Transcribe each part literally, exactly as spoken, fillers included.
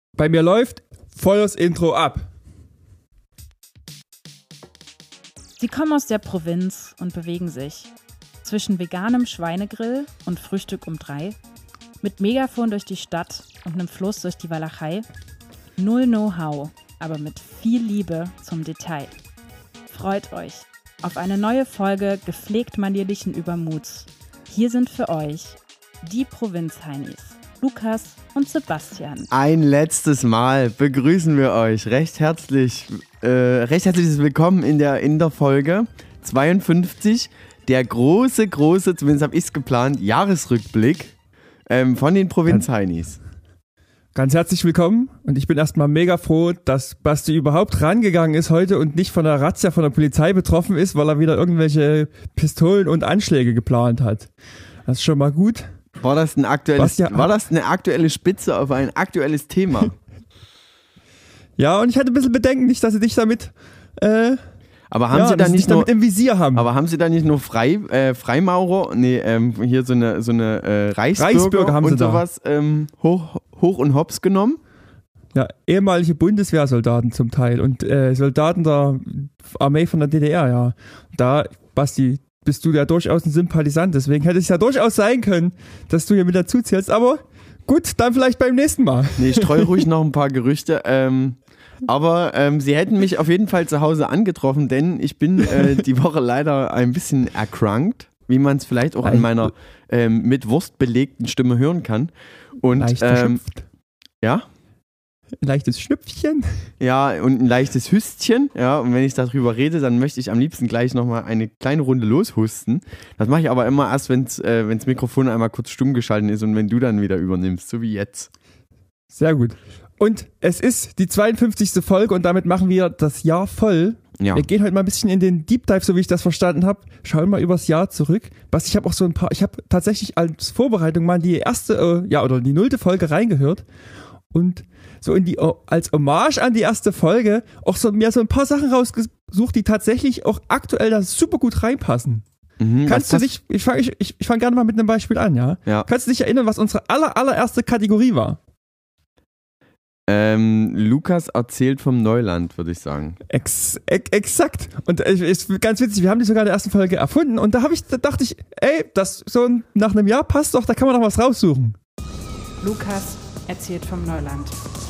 Bei mir läuft volles Intro ab. Sie kommen aus der Provinz und bewegen sich zwischen veganem Schweinegrill und Frühstück um drei, mit Megafon durch die Stadt und einem Fluss durch die Walachei. Null Know-how, aber mit viel Liebe zum Detail. Freut euch auf eine neue Folge gepflegt manierlichen Übermuts. Hier sind für euch die Provinz-Heinis, Lukas und Sebastian. Ein letztes Mal begrüßen wir euch recht herzlich, äh, recht herzliches Willkommen in der, in der Folge zweiundfünfzig, der große, große, zumindest habe ich es geplant, Jahresrückblick ähm, von den Provinz-Heinis. Ganz herzlich willkommen und ich bin erstmal mega froh, dass Basti überhaupt rangegangen ist heute und nicht von der Razzia von der Polizei betroffen ist, weil er wieder irgendwelche Pistolen und Anschläge geplant hat. Das ist schon mal gut. War das, ein aktuelles, Basti, war das eine aktuelle Spitze auf ein aktuelles Thema? Ja, und ich hatte ein bisschen Bedenken, nicht, dass sie dich damit, äh, aber haben ja, sie da nicht nur, damit im Visier haben. Aber haben sie da nicht nur Frei, äh, Freimaurer, nee, ähm, hier so eine, so eine äh, Reichsbürger, Reichsbürger haben und sie da. sowas ähm, hoch, hoch und hops genommen? Ja, ehemalige Bundeswehrsoldaten zum Teil und äh, Soldaten der Armee von der D D R, ja. Da, Basti, bist du ja durchaus ein Sympathisant, deswegen hätte es ja durchaus sein können, dass du hier mit dazu zählst, aber gut, dann vielleicht beim nächsten Mal. Nee, ich streue ruhig noch ein paar Gerüchte, ähm, aber ähm, sie hätten mich auf jeden Fall zu Hause angetroffen, denn ich bin äh, die Woche leider ein bisschen erkrankt, wie man es vielleicht auch an meiner ähm, mit Wurst belegten Stimme hören kann. Und Leicht ähm, ja? Ein leichtes Schnüpfchen. Ja, und ein leichtes Hüstchen. Ja, und wenn ich darüber rede, dann möchte ich am liebsten gleich nochmal eine kleine Runde loshusten. Das mache ich aber immer erst, wenn äh, das Mikrofon einmal kurz stumm geschalten ist und wenn du dann wieder übernimmst, so wie jetzt. Sehr gut. Und es ist die zweiundfünfzigste Folge und damit machen wir das Jahr voll. Ja. Wir gehen heute mal ein bisschen in den Deep Dive, so wie ich das verstanden habe. Schauen mal übers Jahr zurück. Was ich habe auch so ein paar, ich habe tatsächlich als Vorbereitung mal die erste, äh, ja, oder die nullte Folge reingehört. Und so in die, als Hommage an die erste Folge auch so mir so ein paar Sachen rausgesucht, die tatsächlich auch aktuell da super gut reinpassen. Mhm, Kannst du dich, ich fange ich, ich, ich fang gerne mal mit einem Beispiel an, ja? ja. Kannst du dich erinnern, was unsere aller, allererste Kategorie war? Ähm, Lukas erzählt vom Neuland, würde ich sagen. Ex, ex, exakt. Und es ist ganz witzig, wir haben die sogar in der ersten Folge erfunden und da habe ich, da dachte ich, ey, das so nach einem Jahr passt doch, da kann man doch was raussuchen. Lukas erzählt vom Neuland.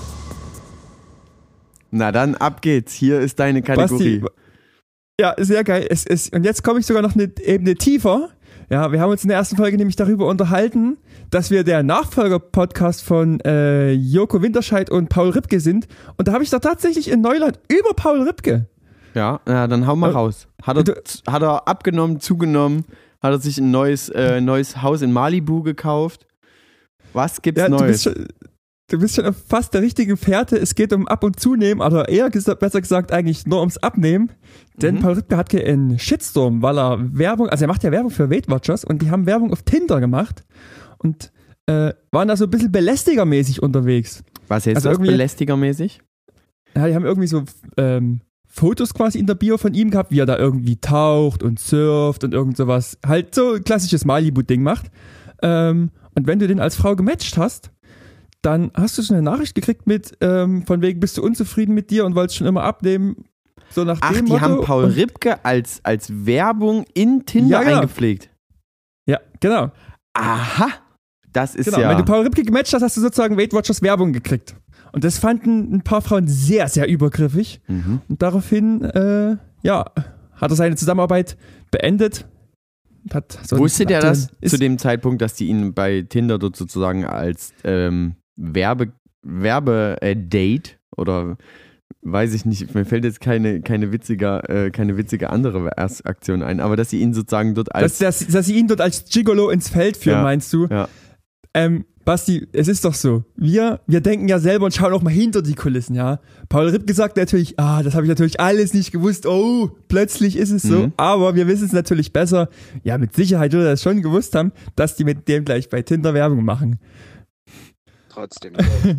Na dann, ab geht's. Hier ist deine Kategorie. Basti, ja, sehr geil. Es ist, und jetzt komme ich sogar noch eine Ebene tiefer. Ja, wir haben uns in der ersten Folge nämlich darüber unterhalten, dass wir der Nachfolger-Podcast von äh, Joko Winterscheid und Paul Ripke sind. Und da habe ich doch tatsächlich in Neuland über Paul Ripke. Ja, na, dann hau mal äh, raus. Hat er, du, hat er abgenommen, zugenommen? Hat er sich ein neues, äh, neues Haus in Malibu gekauft? Was gibt's ja, Neues? Du bist, schon, du bist schon auf fast der richtigen Fährte. Es geht um Ab- und Zunehmen, oder eher gesagt, besser gesagt eigentlich nur ums Abnehmen. Denn mhm. Paul Ripke hat hier einen Shitstorm, weil er Werbung, also er macht ja Werbung für Weight Watchers und die haben Werbung auf Tinder gemacht und äh, waren da so ein bisschen belästigermäßig unterwegs. Was heißt also das, belästigermäßig? Ja, die haben irgendwie so ähm, Fotos quasi in der Bio von ihm gehabt, wie er da irgendwie taucht und surft und irgend sowas. Halt so ein klassisches Malibu-Ding macht. Ähm, und wenn du den als Frau gematcht hast, dann hast du so eine Nachricht gekriegt mit, ähm, von wegen, bist du unzufrieden mit dir und wolltest schon immer abnehmen. So nach Ach, dem die Motto. haben Paul Ripke als, als Werbung in Tinder ja, genau. eingepflegt. Ja, genau. Aha, das ist genau. ja... Wenn du Paul Ripke gematcht hast, hast du sozusagen Weight Watchers Werbung gekriegt. Und das fanden ein paar Frauen sehr, sehr übergriffig. Mhm. Und daraufhin, äh, ja, hat er seine Zusammenarbeit beendet. Hat so Wusste der das ist, zu dem Zeitpunkt, dass die ihn bei Tinder dort sozusagen als ähm, Werbe, Werbe-Date oder weiß ich nicht, mir fällt jetzt keine, keine, witzige, äh, keine witzige andere Aktion ein, aber dass sie ihn sozusagen dort als... Dass, dass, dass sie ihn dort als Gigolo ins Feld führen, ja, meinst du? Ja. Ähm, Basti, es ist doch so. Wir, wir denken ja selber und schauen auch mal hinter die Kulissen, ja. Paul Ripke sagt natürlich, ah, das habe ich natürlich alles nicht gewusst. Oh, plötzlich ist es so. Mhm. Aber wir wissen es natürlich besser. Ja, mit Sicherheit würde er das schon gewusst haben, dass die mit dem gleich bei Tinder Werbung machen. Trotzdem.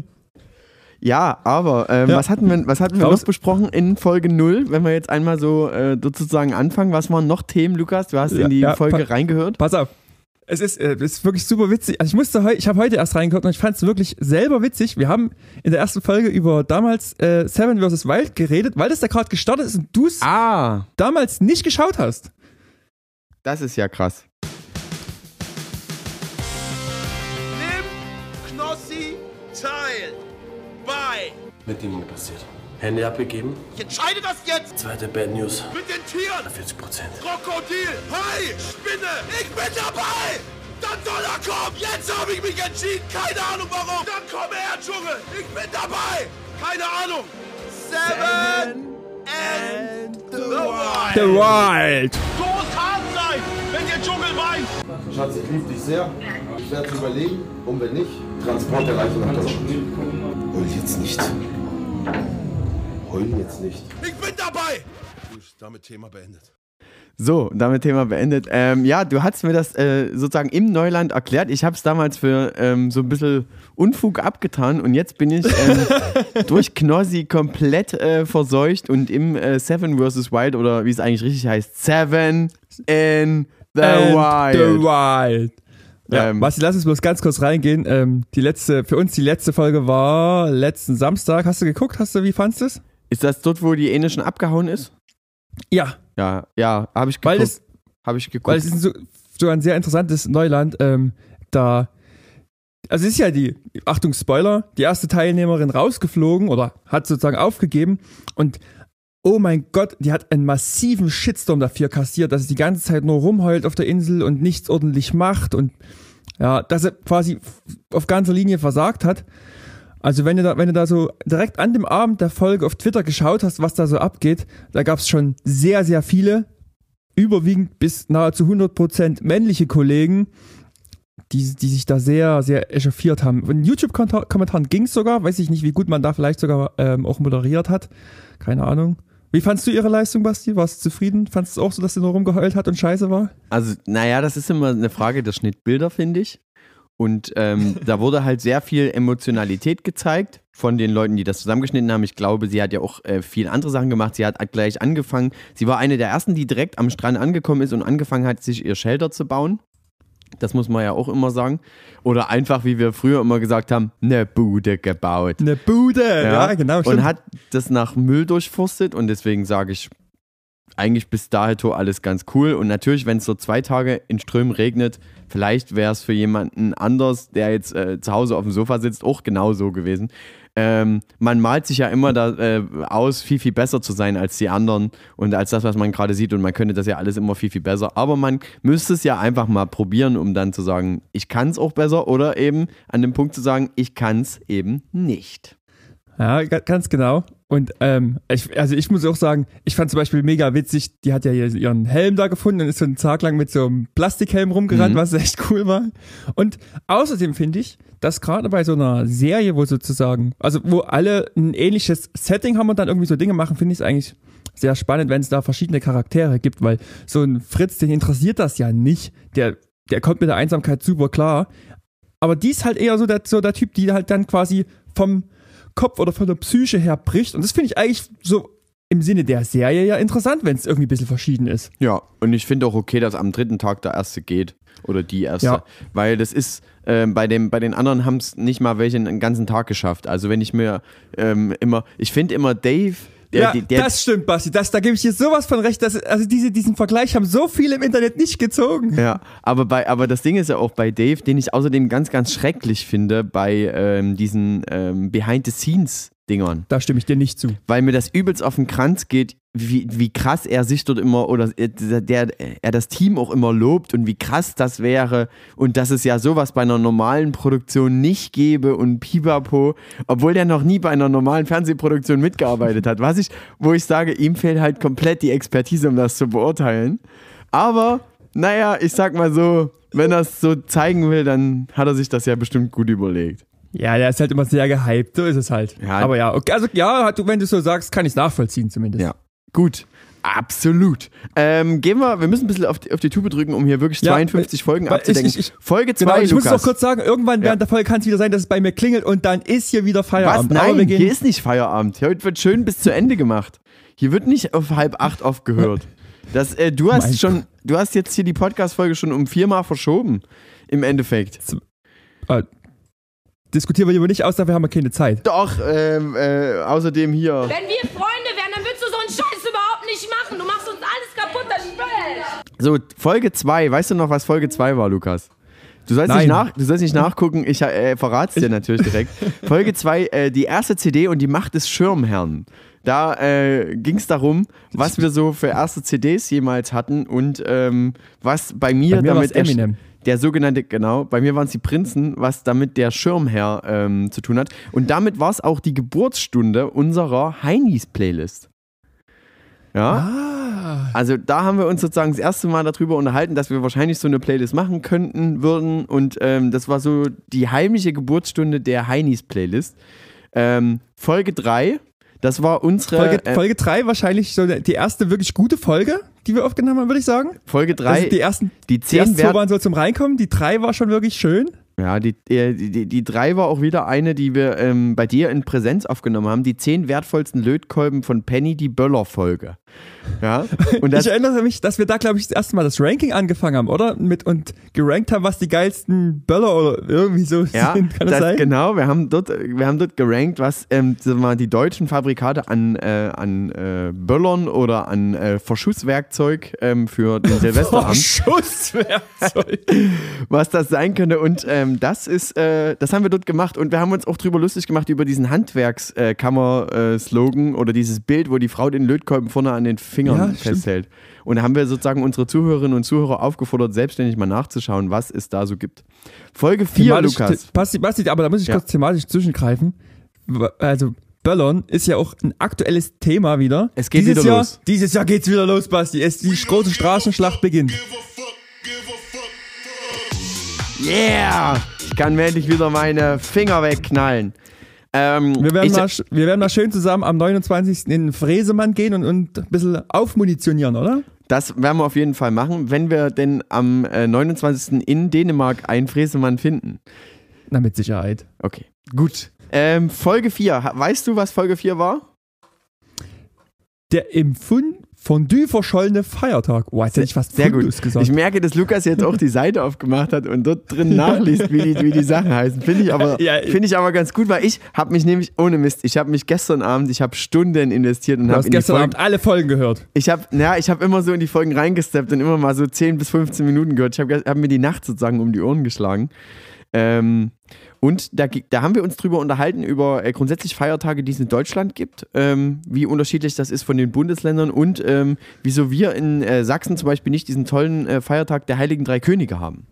Ja, aber ähm, ja. was hatten wir, was hatten wir noch besprochen in Folge null, wenn wir jetzt einmal so äh, sozusagen anfangen? Was waren noch Themen, Lukas? Du hast ja, in die ja, Folge pa- reingehört. Pass auf. Es ist, äh, es ist wirklich super witzig. Also ich musste heu, ich habe heute erst reingeguckt und ich fand es wirklich selber witzig. Wir haben in der ersten Folge über damals äh, Seven versus. Wild geredet, weil das da gerade gestartet ist und du es Ah, damals nicht geschaut hast. das ist ja krass. Nimm Knossi teil bei. Mit ihm passiert. Handy abgegeben. Ich entscheide das jetzt Zweite Bad News. mit den Tieren. vierzig Prozent. Krokodil, Hai, Spinne, ich bin dabei. Dann soll er kommen. Jetzt habe ich mich entschieden. Keine Ahnung warum. Dann komme her, Dschungel. Ich bin dabei. Keine Ahnung. Seven, and the Wild. The Wild. Du musst hart sein, wenn der Dschungel weint. Schatz, ich liebe dich sehr. Ich werde es überleben. Und wenn nicht, Transport erreichen nach Deutschland. Heul jetzt nicht. Heul jetzt nicht. Ich bin dabei. Gut, damit Thema beendet. So, damit Thema beendet. Ähm, ja, du hast mir das äh, sozusagen im Neuland erklärt. Ich habe es damals für ähm, so ein bisschen Unfug abgetan und jetzt bin ich ähm, durch Knossi komplett äh, verseucht und im äh, Seven versus. Wild oder wie es eigentlich richtig heißt, Seven in the And Wild. The Wild. Ja, Ähm, Basti, lass uns bloß ganz kurz reingehen. Ähm, die letzte, für uns die letzte Folge war letzten Samstag. Hast du geguckt? Hast du, wie fandst du es? Ist das dort, wo die Ene schon abgehauen ist? Ja, Ja, ja, habe ich weil geguckt. es, Habe ich geguckt. weil es ist so, so ein sehr interessantes Neuland. Ähm, da, also es ist ja die, Achtung Spoiler, die erste Teilnehmerin rausgeflogen oder hat sozusagen aufgegeben und oh mein Gott, die hat einen massiven Shitstorm dafür kassiert, dass sie die ganze Zeit nur rumheult auf der Insel und nichts ordentlich macht und ja, dass er quasi auf ganzer Linie versagt hat. Also wenn du da, wenn du da so direkt an dem Abend der Folge auf Twitter geschaut hast, was da so abgeht, da gab es schon sehr, sehr viele, überwiegend bis nahezu hundert Prozent männliche Kollegen, die, die sich da sehr, sehr echauffiert haben. In YouTube-Kommentaren ging es sogar, weiß ich nicht, wie gut man da vielleicht sogar ähm, auch moderiert hat, keine Ahnung. Wie fandst du ihre Leistung, Basti? Warst du zufrieden? Fandest du es auch so, dass sie nur rumgeheult hat und scheiße war? Also, naja, das ist immer eine Frage der Schnittbilder, finde ich. Und ähm, da wurde halt sehr viel Emotionalität gezeigt von den Leuten, die das zusammengeschnitten haben. Ich glaube, sie hat ja auch äh, viel andere Sachen gemacht. Sie hat gleich angefangen. Sie war eine der ersten, die direkt am Strand angekommen ist und angefangen hat, sich ihr Shelter zu bauen. Das muss man ja auch immer sagen. Oder einfach, wie wir früher immer gesagt haben, eine Bude gebaut. Eine Bude, ja, ja genau. Stimmt. Und hat das nach Müll durchforstet und deswegen sage ich, eigentlich bis dato alles ganz cool. Und natürlich, wenn es so zwei Tage in Strömen regnet, vielleicht wäre es für jemanden anders, der jetzt äh, zu Hause auf dem Sofa sitzt, auch genau so gewesen. Ähm, man malt sich ja immer da äh, aus, viel, viel besser zu sein als die anderen und als das, was man gerade sieht und man könnte das ja alles immer viel, viel besser, aber man müsste es ja einfach mal probieren, um dann zu sagen, ich kann es auch besser oder eben an dem Punkt zu sagen, ich kann es eben nicht. Ja, ganz genau. Und ähm, ich, also ich muss auch sagen, ich fand zum Beispiel mega witzig, die hat ja ihren Helm da gefunden und ist so einen Tag lang mit so einem Plastikhelm rumgerannt, mhm. was echt cool war. Und außerdem finde ich, dass gerade bei so einer Serie, wo sozusagen, also wo alle ein ähnliches Setting haben und dann irgendwie so Dinge machen, finde ich es eigentlich sehr spannend, wenn es da verschiedene Charaktere gibt, weil so ein Fritz, den interessiert das ja nicht, der, der kommt mit der Einsamkeit super klar. Aber die ist halt eher so der, so der Typ, die halt dann quasi vom Kopf oder von der Psyche her bricht. Und das finde ich eigentlich so im Sinne der Serie ja interessant, wenn es irgendwie ein bisschen verschieden ist. Ja, und ich finde auch okay, dass am dritten Tag der erste geht. Oder die erste. Ja. Weil das ist, äh, bei, dem, bei den anderen haben es nicht mal welche einen ganzen Tag geschafft. Also wenn ich mir ähm, immer, ich finde immer Dave, Der, ja, der, der, das stimmt, Basti. Das, da gebe ich dir sowas von recht. Dass, also diese, diesen Vergleich haben so viele im Internet nicht gezogen. Ja, aber, bei, aber das Ding ist ja auch bei Dave, den ich außerdem ganz, ganz schrecklich finde, bei ähm, diesen ähm, Behind-the-Scenes-Dingern. Da stimme ich dir nicht zu. Weil mir das übelst auf den Kranz geht, wie, wie krass er sich dort immer, oder der, der, er das Team auch immer lobt und wie krass das wäre und dass es ja sowas bei einer normalen Produktion nicht gäbe und pipapo, obwohl der noch nie bei einer normalen Fernsehproduktion mitgearbeitet hat, was ich, wo ich sage, ihm fehlt halt komplett die Expertise, um das zu beurteilen. Aber, naja, ich sag mal so, wenn er es so zeigen will, dann hat er sich das ja bestimmt gut überlegt. Ja, der ist halt immer sehr gehypt, so ist es halt. Ja. Aber ja, okay, also ja, wenn du so sagst, kann ich es nachvollziehen zumindest. Ja. Gut, absolut. Ähm, gehen wir, wir müssen ein bisschen auf die, auf die Tube drücken, um hier wirklich Ja, zweiundfünfzig Folgen weil abzudecken. ich- ich- Folge Genau, zwei, ich muss es Lukas. auch kurz sagen, irgendwann Ja. während der Folge kann es wieder sein, dass es bei mir klingelt und dann ist hier wieder Was? Feierabend. Aber wir Nein, gehen, hier ist nicht Feierabend. Heute wird schön bis zu Ende gemacht. Hier wird nicht auf halb acht aufgehört. Das, äh, du, hast schon, du hast jetzt hier die Podcast-Folge schon um viermal verschoben, im Endeffekt. Äh, diskutieren wir lieber nicht aus, dafür haben wir keine Zeit. Doch, ähm, äh, außerdem hier. Wenn wir Freunde wären, dann würdest du so einen Scheiß überhaupt nicht machen. Du machst uns alles kaputt, das Spiel. So, Folge zwei. Weißt du noch, was Folge zwei war, Lukas? Du sollst, nicht, nach, du sollst nicht nachgucken, ich äh, verrate es dir natürlich direkt. Folge zwei, äh, die erste C D und die Macht des Schirmherrn. Da äh, ging es darum, was wir so für erste C Ds jemals hatten und ähm, was bei mir, bei mir damit der, Eminem. der sogenannte, genau, bei mir waren es die Prinzen, was damit der Schirmherr ähm, zu tun hat. Und damit war es auch die Geburtsstunde unserer Heinis-Playlist. Ja. Ah. Also da haben wir uns sozusagen das erste Mal darüber unterhalten, dass wir wahrscheinlich so eine Playlist machen könnten, würden. Und ähm, das war so die heimliche Geburtsstunde der Heinis-Playlist. Ähm, Folge drei, das war unsere... Folge, äh, Folge drei wahrscheinlich so die erste wirklich gute Folge, die wir aufgenommen haben, würde ich sagen. Folge drei, also die ersten, die die zehn ersten zwei Wert- waren so zum Reinkommen, die drei war schon wirklich schön. Ja, die, äh, die, die, die drei war auch wieder eine, die wir ähm, bei dir in Präsenz aufgenommen haben. Die zehn wertvollsten Lötkolben von Penny, die Böller-Folge. Ja, und das, ich erinnere mich, dass wir da, glaube ich, das erste Mal das Ranking angefangen haben, oder? Mit und gerankt haben, was die geilsten Böller oder irgendwie so ja, sind. Kann das, das sein? genau. Wir haben dort, wir haben dort gerankt, was ähm, sagen wir mal, die deutschen Fabrikate an, äh, an äh, Böllern oder an äh, Verschusswerkzeug ähm, für den Silvesterabend, Schusswerkzeug. was das sein könnte. Und ähm, das ist, äh, das haben wir dort gemacht. Und wir haben uns auch drüber lustig gemacht über diesen Handwerkskammer-Slogan oder dieses Bild, wo die Frau den Lötkolben vorne an den Fingern Ja, festhält. Und da haben wir sozusagen unsere Zuhörerinnen und Zuhörer aufgefordert, selbstständig mal nachzuschauen, was es da so gibt. Folge vier, Thematisch- Lukas. Basti, Basti, aber da muss ich Ja. kurz thematisch zwischengreifen. Also Böllern ist ja auch ein aktuelles Thema wieder. Es geht dieses wieder Jahr, los. Dieses Jahr geht's wieder los, Basti. Es, die große Straßenschlacht beginnt. Yeah! Ich kann mir endlich wieder meine Finger wegknallen. Ähm, Wir werden, ich, mal, sch- wir werden mal schön zusammen am neunundzwanzigsten in den Fräsemann gehen und, und ein bisschen aufmunitionieren, oder? das werden wir auf jeden Fall machen, wenn wir denn am äh, neunundzwanzigsten in Dänemark einen Fräsemann finden. Na, mit Sicherheit. Okay, gut. Ähm, Folge vier. Ha- Weißt du, was Folge vier war? Der im Fun Fondue verschollene Feiertag. Oh, jetzt hätte ich fast Sehr Fundus gut. gesagt. Ich merke, dass Lukas jetzt auch die Seite aufgemacht hat und dort drin nachliest, wie die, wie die Sachen heißen. Finde ich, aber, Ja, finde ich aber ganz gut, weil ich habe mich nämlich, ohne Mist, ich habe mich gestern Abend, ich habe Stunden investiert und du habe hast in die gestern Folgen, Abend alle Folgen gehört. ich habe ja, ich habe immer so in die Folgen reingesteppt und immer mal so zehn bis fünfzehn Minuten gehört. Ich habe hab mir die Nacht sozusagen um die Ohren geschlagen. Ähm, und da, gi- da haben wir uns drüber unterhalten, über äh, grundsätzlich Feiertage, die es in Deutschland gibt, ähm, wie unterschiedlich das ist von den Bundesländern und ähm, wieso wir in äh, Sachsen zum Beispiel nicht diesen tollen äh, Feiertag der Heiligen Drei Könige haben.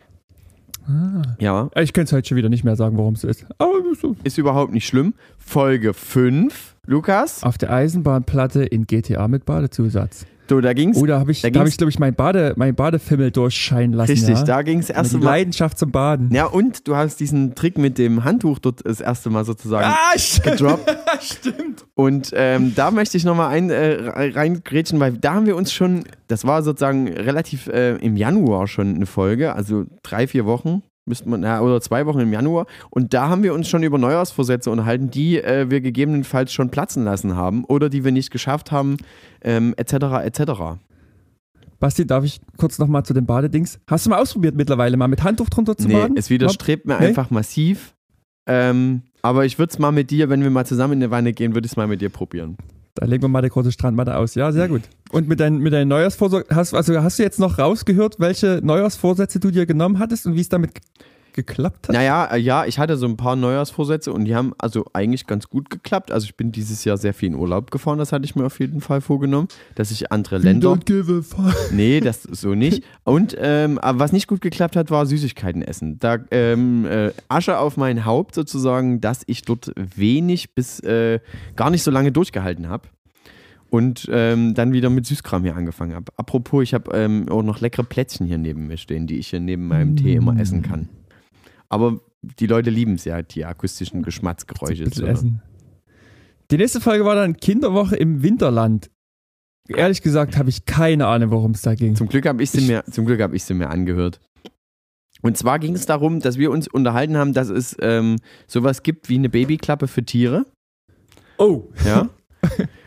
Ah. Ja, Ich könnte es heute schon wieder nicht mehr sagen, worum es ist. Aber so. ist überhaupt nicht schlimm. Folge fünf, Lukas. Auf der Eisenbahnplatte in G T A mit Badezusatz. So, da ging's. Oh, da habe ich, da da hab ging's- ich glaube ich, mein, Bade, mein Badefimmel durchscheinen lassen. Richtig, ja? da ging es Die erste Mal. Leidenschaft zum Baden. Ja, und du hast diesen Trick mit dem Handtuch dort das erste Mal sozusagen Ah, stimmt. gedroppt. Stimmt. Und ähm, da möchte ich nochmal ein, äh, reingrätschen, weil da haben wir uns schon, das war sozusagen relativ äh, im Januar schon eine Folge, also drei, vier Wochen, müsste man, ja, oder zwei Wochen im Januar. Und da haben wir uns schon über Neujahrsvorsätze unterhalten, die äh, wir gegebenenfalls schon platzen lassen haben oder die wir nicht geschafft haben, ähm, et cetera et cetera. Basti, darf ich kurz nochmal zu den Badedings? Hast du mal ausprobiert mittlerweile, mal mit Handtuch drunter zu Nee, baden? es widerstrebt mir Nee? einfach massiv. Ähm, aber ich würde es mal mit dir, wenn wir mal zusammen in die Wanne gehen, würde ich es mal mit dir probieren. Da legen wir mal die große Strandmatte aus. Ja, sehr gut. Und mit, dein, mit deinen Neujahrsvorsätzen, hast, also hast du jetzt noch rausgehört, welche Neujahrsvorsätze du dir genommen hattest und wie es damit g- geklappt hat? Naja, äh, ja, ich hatte so ein paar Neujahrsvorsätze und die haben also eigentlich ganz gut geklappt. Also ich bin dieses Jahr sehr viel in Urlaub gefahren, das hatte ich mir auf jeden Fall vorgenommen, dass ich andere Länder... Don't give a fuck. Nee, das so nicht. Und ähm, aber was nicht gut geklappt hat, war Süßigkeiten essen. Da ähm, äh, Asche auf mein Haupt sozusagen, dass ich dort wenig bis äh, gar nicht so lange durchgehalten habe. Und ähm, dann wieder mit Süßkram hier angefangen habe. Apropos, ich habe ähm, auch noch leckere Plätzchen hier neben mir stehen, die ich hier neben meinem Tee immer essen kann. Aber die Leute lieben es ja, die akustischen Geschmacksgeräusche. Bisschen So. essen. Die nächste Folge war dann Kinderwoche im Winterland. Ehrlich gesagt habe ich keine Ahnung, worum es da ging. Zum Glück habe ich sie mir, zum Glück habe ich sie mir angehört. Und zwar ging es darum, dass wir uns unterhalten haben, dass es ähm, sowas gibt wie eine Babyklappe für Tiere. Oh. Ja.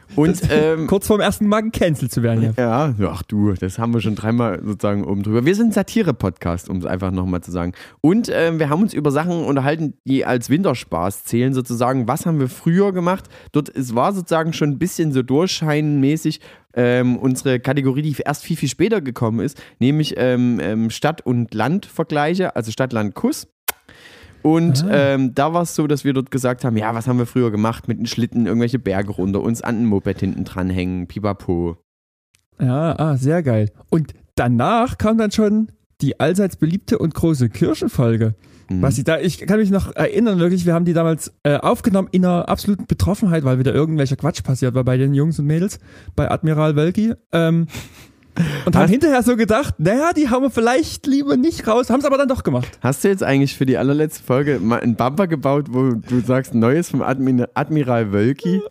Und ähm, kurz vorm ersten Mal gecancelt zu werden. Ja. ja, ach du, das haben wir schon dreimal sozusagen oben drüber. Wir sind ein Satire-Podcast, um es einfach nochmal zu sagen. Und ähm, wir haben uns über Sachen unterhalten, die als Winterspaß zählen sozusagen. Was haben wir früher gemacht? Dort, es war sozusagen schon ein bisschen so durchscheinenmäßig ähm, unsere Kategorie, die erst viel, viel später gekommen ist, nämlich ähm, ähm, Stadt- und Land-Vergleiche, also Stadt-Land-Kuss. Und ah. ähm, da war es so, dass wir dort gesagt haben, ja, was haben wir früher gemacht mit den Schlitten, irgendwelche Berge runter, uns an ein Moped hinten dranhängen, pipapo. Ja, ah, sehr geil. Und danach kam dann schon die allseits beliebte und große Kirchenfolge. Mhm. Was ich da, ich kann mich noch erinnern, wirklich, wir haben die damals äh, aufgenommen in einer absoluten Betroffenheit, weil wieder irgendwelcher Quatsch passiert war bei den Jungs und Mädels, bei Admiral Wölki. Ähm, Und haben hast, hinterher so gedacht, naja, die haben wir vielleicht lieber nicht raus, haben es aber dann doch gemacht. Hast du jetzt eigentlich für die allerletzte Folge mal einen Bumper gebaut, wo du sagst, Neues vom Admi- Admiral Wölki?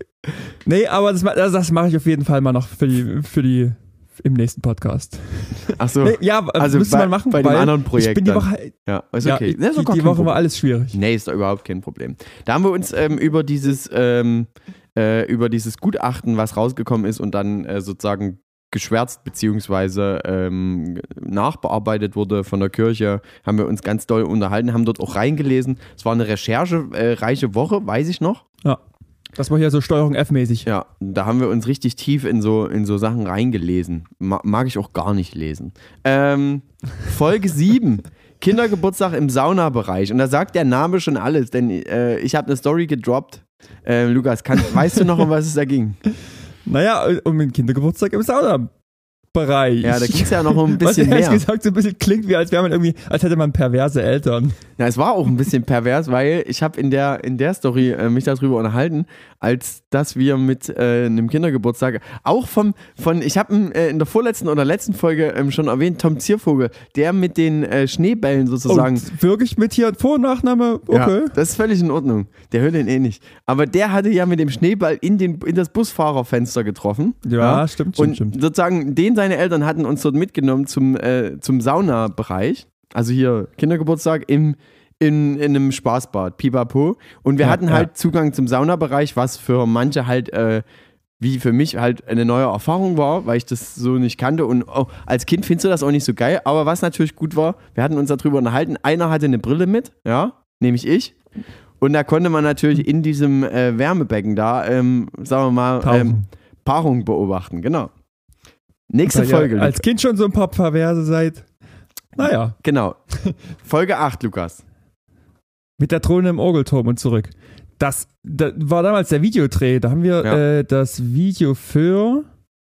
Nee, aber das, das mache ich auf jeden Fall mal noch für die, für die im nächsten Podcast. Ach so. Nee, ja, also müssen bei, wir machen, bei dem anderen Projekt. Ich bin die Woche, ja, ist okay. Ja, ist die, die Woche war alles schwierig. Nee, ist doch überhaupt kein Problem. Da haben wir uns ähm, über dieses ähm, äh, über dieses Gutachten, was rausgekommen ist und dann äh, sozusagen geschwärzt beziehungsweise ähm, nachbearbeitet wurde von der Kirche, haben wir uns ganz doll unterhalten, haben dort auch reingelesen. Es war eine recherchereiche äh, Woche, weiß ich noch. Ja, das war hier so Steuerung F-mäßig. Ja, da haben wir uns richtig tief in so, in so Sachen reingelesen. Ma- mag ich auch gar nicht lesen. Ähm, Folge sieben, Kindergeburtstag im Saunabereich. Und da sagt der Name schon alles, denn äh, ich habe eine Story gedroppt. Äh, Lukas, kann, weißt du noch, um was es da ging? Naja, um den Kindergeburtstag im Saunabereich. Ja, da ging es ja noch um ein bisschen was mehr. Was gesagt so ein bisschen klingt, wie als wäre man irgendwie, als hätte man perverse Eltern. Ja, es war auch ein bisschen pervers, weil ich habe in der, in der Story äh, mich darüber unterhalten, als dass wir mit äh, einem Kindergeburtstag, auch vom, von, ich habe äh, in der vorletzten oder letzten Folge ähm, schon erwähnt, Tom Ziervogel, der mit den äh, Schneebällen sozusagen. Und wirklich mit hier Vor- und Nachname? Okay. Ja, das ist völlig in Ordnung. Der hört den eh nicht. Aber der hatte ja mit dem Schneeball in, den, in das Busfahrerfenster getroffen. Ja, ja. stimmt, stimmt, und stimmt. sozusagen, den seine Eltern hatten uns dort mitgenommen zum, äh, zum Saunabereich. Also hier Kindergeburtstag im, in, in einem Spaßbad, pipapo. Und wir ja, hatten ja. halt Zugang zum Saunabereich, was für manche halt, äh, wie für mich halt eine neue Erfahrung war, weil ich das so nicht kannte. Und oh, als Kind findest du das auch nicht so geil. Aber was natürlich gut war, wir hatten uns darüber unterhalten. Einer hatte eine Brille mit, ja, nämlich ich. Und da konnte man natürlich in diesem äh, Wärmebecken da, ähm, sagen wir mal, ähm, Paarung beobachten. Genau. Nächste Weil Folge. Ihr als Kind schon so ein paar Perverse seid. Naja. Genau. Folge acht, Lukas. Mit der Drohne im Orgelturm und zurück. Das, das war damals der Videodreh. Da haben wir Ja. äh, das Video für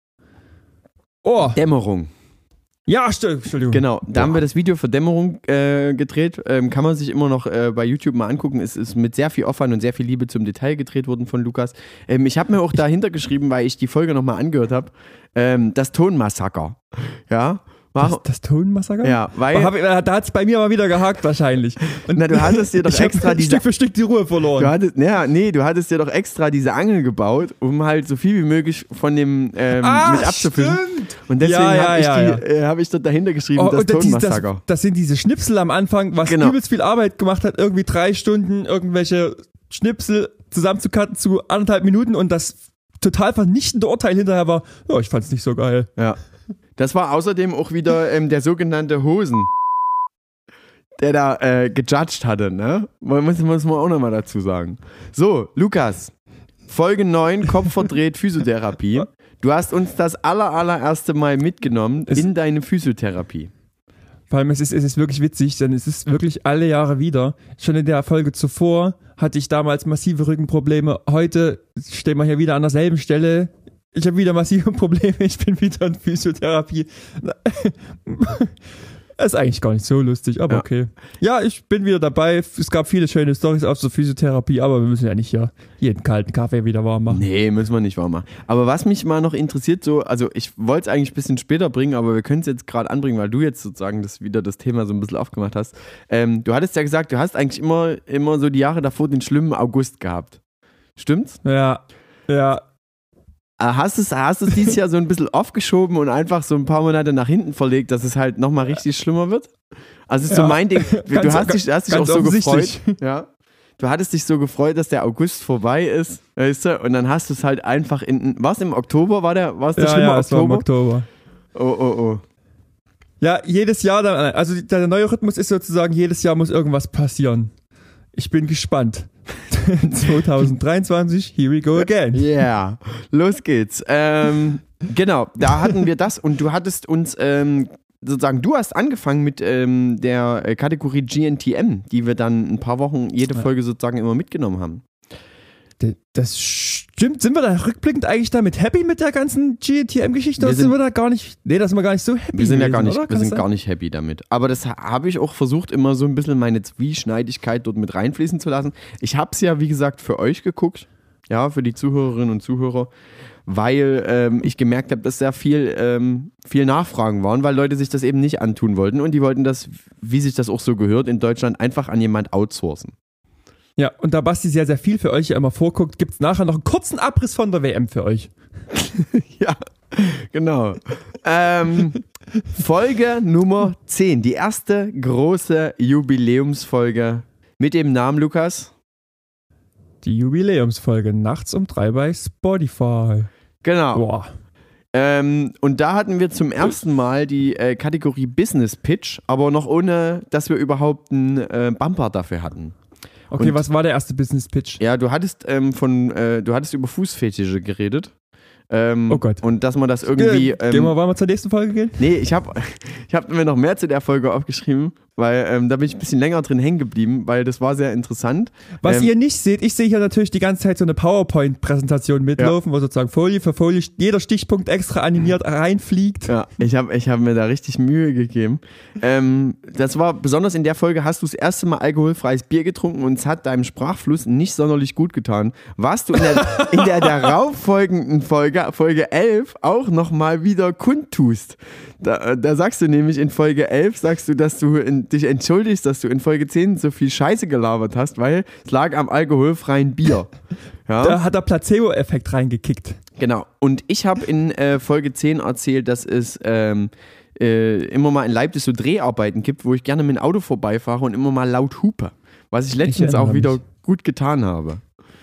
Oh. Dämmerung. Ja, stimmt. Entschuldigung. Genau, da haben wir das Video für Dämmerung äh, gedreht. Ähm, kann man sich immer noch äh, bei YouTube mal angucken. Es ist mit sehr viel Aufwand und sehr viel Liebe zum Detail gedreht worden von Lukas. Ähm, ich habe mir auch dahinter geschrieben, weil ich die Folge nochmal angehört habe, ähm, das Tonmassaker. Ja. Das, das Tonmassaker? Ja, weil. Hab, da hat es bei mir mal wieder gehakt wahrscheinlich. Und na, du hattest dir doch ich extra hab diese. Stück für Stück die Ruhe verloren. Du hattest, ja, nee, du hattest dir doch extra diese Angel gebaut, um halt so viel wie möglich von dem ähm, ah, mit abzufischen. Stimmt. Und deswegen ja, ja, habe ich, ja, die, ja. äh, hab ich dort dahinter geschrieben, Oh, das und das, Tonmassaker. das, das sind diese Schnipsel am Anfang, was Genau. übelst viel Arbeit gemacht hat, irgendwie drei Stunden irgendwelche Schnipsel zusammenzucutten zu anderthalb Minuten und das total vernichtende Urteil hinterher war, ja, ich fand's nicht so geil. Ja. Das war außerdem auch wieder ähm, der sogenannte Hosen, der da äh, gejudged hatte, ne? Muss, muss man auch nochmal dazu sagen. So, Lukas, Folge neun, Kopf verdreht, Physiotherapie. Du hast uns das aller, allererste Mal mitgenommen Es- in deine Physiotherapie. Vor allem, es ist, es ist wirklich witzig, denn es ist wirklich alle Jahre wieder. Schon in der Folge zuvor hatte ich damals massive Rückenprobleme. Heute stehen wir hier wieder an derselben Stelle. Ich habe wieder massive Probleme. Ich bin wieder in Physiotherapie. Das ist eigentlich gar nicht so lustig, aber Ja. okay. Ja, ich bin wieder dabei. Es gab viele schöne Storys auf zur Physiotherapie, aber wir müssen ja nicht hier jeden kalten Kaffee wieder warm machen. Nee, müssen wir nicht warm machen. Aber was mich mal noch interessiert, so, also ich wollte es eigentlich ein bisschen später bringen, aber wir können es jetzt gerade anbringen, weil du jetzt sozusagen das wieder das Thema so ein bisschen aufgemacht hast. Ähm, du hattest ja gesagt, du hast eigentlich immer, immer so die Jahre davor den schlimmen August gehabt. Stimmt's? Ja, ja. Äh, Hast du es hast du's dieses Jahr so ein bisschen aufgeschoben und einfach so ein paar Monate nach hinten verlegt, dass es halt nochmal richtig schlimmer wird? Also ist so Ja. mein Ding. Du Ganz- hast dich, hast dich auch ganz so gefreut. offensichtlich. Ja. du hattest dich so gefreut, dass der August vorbei ist, weißt du? Und dann hast du es halt einfach in, war es im Oktober, war der, war es der Ja, schlimme ja, es war im Oktober? Oktober. Oh, oh, oh. Ja, jedes Jahr, dann, also der neue Rhythmus ist sozusagen, jedes Jahr muss irgendwas passieren. Ich bin gespannt. zwanzig dreiundzwanzig, here we go again. Ja, yeah. Los geht's. Ähm, genau, da hatten wir das und du hattest uns ähm, sozusagen, du hast angefangen mit ähm, der Kategorie G N T M, die wir dann ein paar Wochen jede Folge sozusagen immer mitgenommen haben. Das stimmt. Sind wir da rückblickend eigentlich damit happy mit der ganzen G N T M-Geschichte? Oder sind wir da gar nicht, nee, da sind wir gar nicht so happy. Wir sind ja gewesen, gar nicht, oder? wir sind gar nicht happy damit. Aber das habe ich auch versucht, immer so ein bisschen meine Zwieschneidigkeit dort mit reinfließen zu lassen. Ich habe es ja, wie gesagt, für euch geguckt, ja, für die Zuhörerinnen und Zuhörer, weil ähm, ich gemerkt habe, dass sehr viel, ähm, viel Nachfragen waren, weil Leute sich das eben nicht antun wollten und die wollten das, wie sich das auch so gehört, in Deutschland einfach an jemand outsourcen. Ja, und da Basti sehr, sehr viel für euch ja immer vorguckt, gibt es nachher noch einen kurzen Abriss von der W M für euch. Ja, genau. ähm, Folge Nummer zehn, die erste große Jubiläumsfolge mit dem Namen, Lukas? Die Jubiläumsfolge, nachts um drei bei Spotify. Genau. Boah. Ähm, und da hatten wir zum ersten Mal die äh, Kategorie Business Pitch, aber noch ohne, dass wir überhaupt einen äh, Bumper dafür hatten. Okay, und, was war der erste Business Pitch? Ja, du hattest ähm, von, äh, du hattest über Fußfetische geredet. Ähm, oh Gott. Und dass man das irgendwie. Ähm, gehen wir, wollen wir zur nächsten Folge gehen? Nee, ich habe ich hab mir noch mehr zu der Folge aufgeschrieben, weil ähm, da bin ich ein bisschen länger drin hängen geblieben, weil das war sehr interessant. Was ähm, ihr nicht seht, ich sehe hier natürlich die ganze Zeit so eine PowerPoint-Präsentation mitlaufen, ja, wo sozusagen Folie für Folie jeder Stichpunkt extra animiert reinfliegt. Ja, ich habe ich hab mir da richtig Mühe gegeben. Ähm, das war besonders in der Folge, hast du das erste Mal alkoholfreies Bier getrunken und es hat deinem Sprachfluss nicht sonderlich gut getan. Warst du in der, in der darauffolgenden Folge, Folge elf, auch nochmal wieder kundtust. Da, da sagst du nämlich in Folge elf, sagst du, dass du in, dich entschuldigst, dass du in Folge zehn so viel Scheiße gelabert hast, weil es lag am alkoholfreien Bier. Ja? Da hat der Placebo-Effekt reingekickt. Genau. Und ich habe in äh, Folge zehn erzählt, dass es ähm, äh, immer mal in Leipzig so Dreharbeiten gibt, wo ich gerne mit dem Auto vorbeifahre und immer mal laut hupe. Was ich letztens ich auch wieder mich. gut getan habe.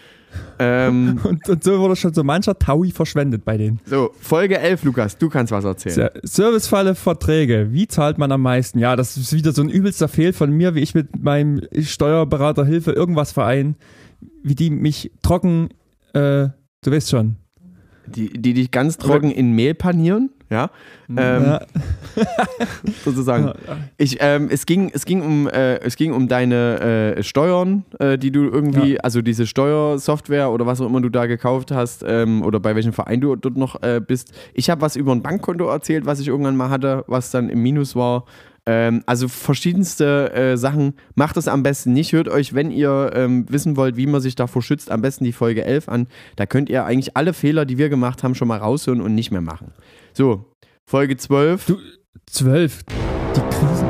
Ähm, und, und so wurde schon so mancher Taui verschwendet bei denen. So, Folge elf, Lukas, du kannst was erzählen. Ser- Servicefalle Verträge. Wie zahlt man am meisten? Ja, das ist wieder so ein übelster Fehl von mir, wie ich mit meinem Steuerberater Hilfe irgendwas verein, wie die mich trocken, äh, du weißt schon. Die, die dich ganz trocken in Mehl panieren, ja. Ähm, ja. sozusagen. Ich, ähm, es, ging, es, ging um, äh, es ging um deine äh, Steuern, äh, die du irgendwie, ja. also diese Steuersoftware oder was auch immer du da gekauft hast, ähm, oder bei welchem Verein du dort noch äh, bist. Ich habe was über ein Bankkonto erzählt, was ich irgendwann mal hatte, was dann im Minus war. Ähm, also verschiedenste äh, Sachen. Macht das am besten nicht. Hört euch, wenn ihr ähm, wissen wollt, wie man sich davor schützt, am besten die Folge elf an. Da könnt ihr eigentlich alle Fehler, die wir gemacht haben, schon mal raushören und nicht mehr machen. So, Folge zwölf. Du, zwölf. Die Krise.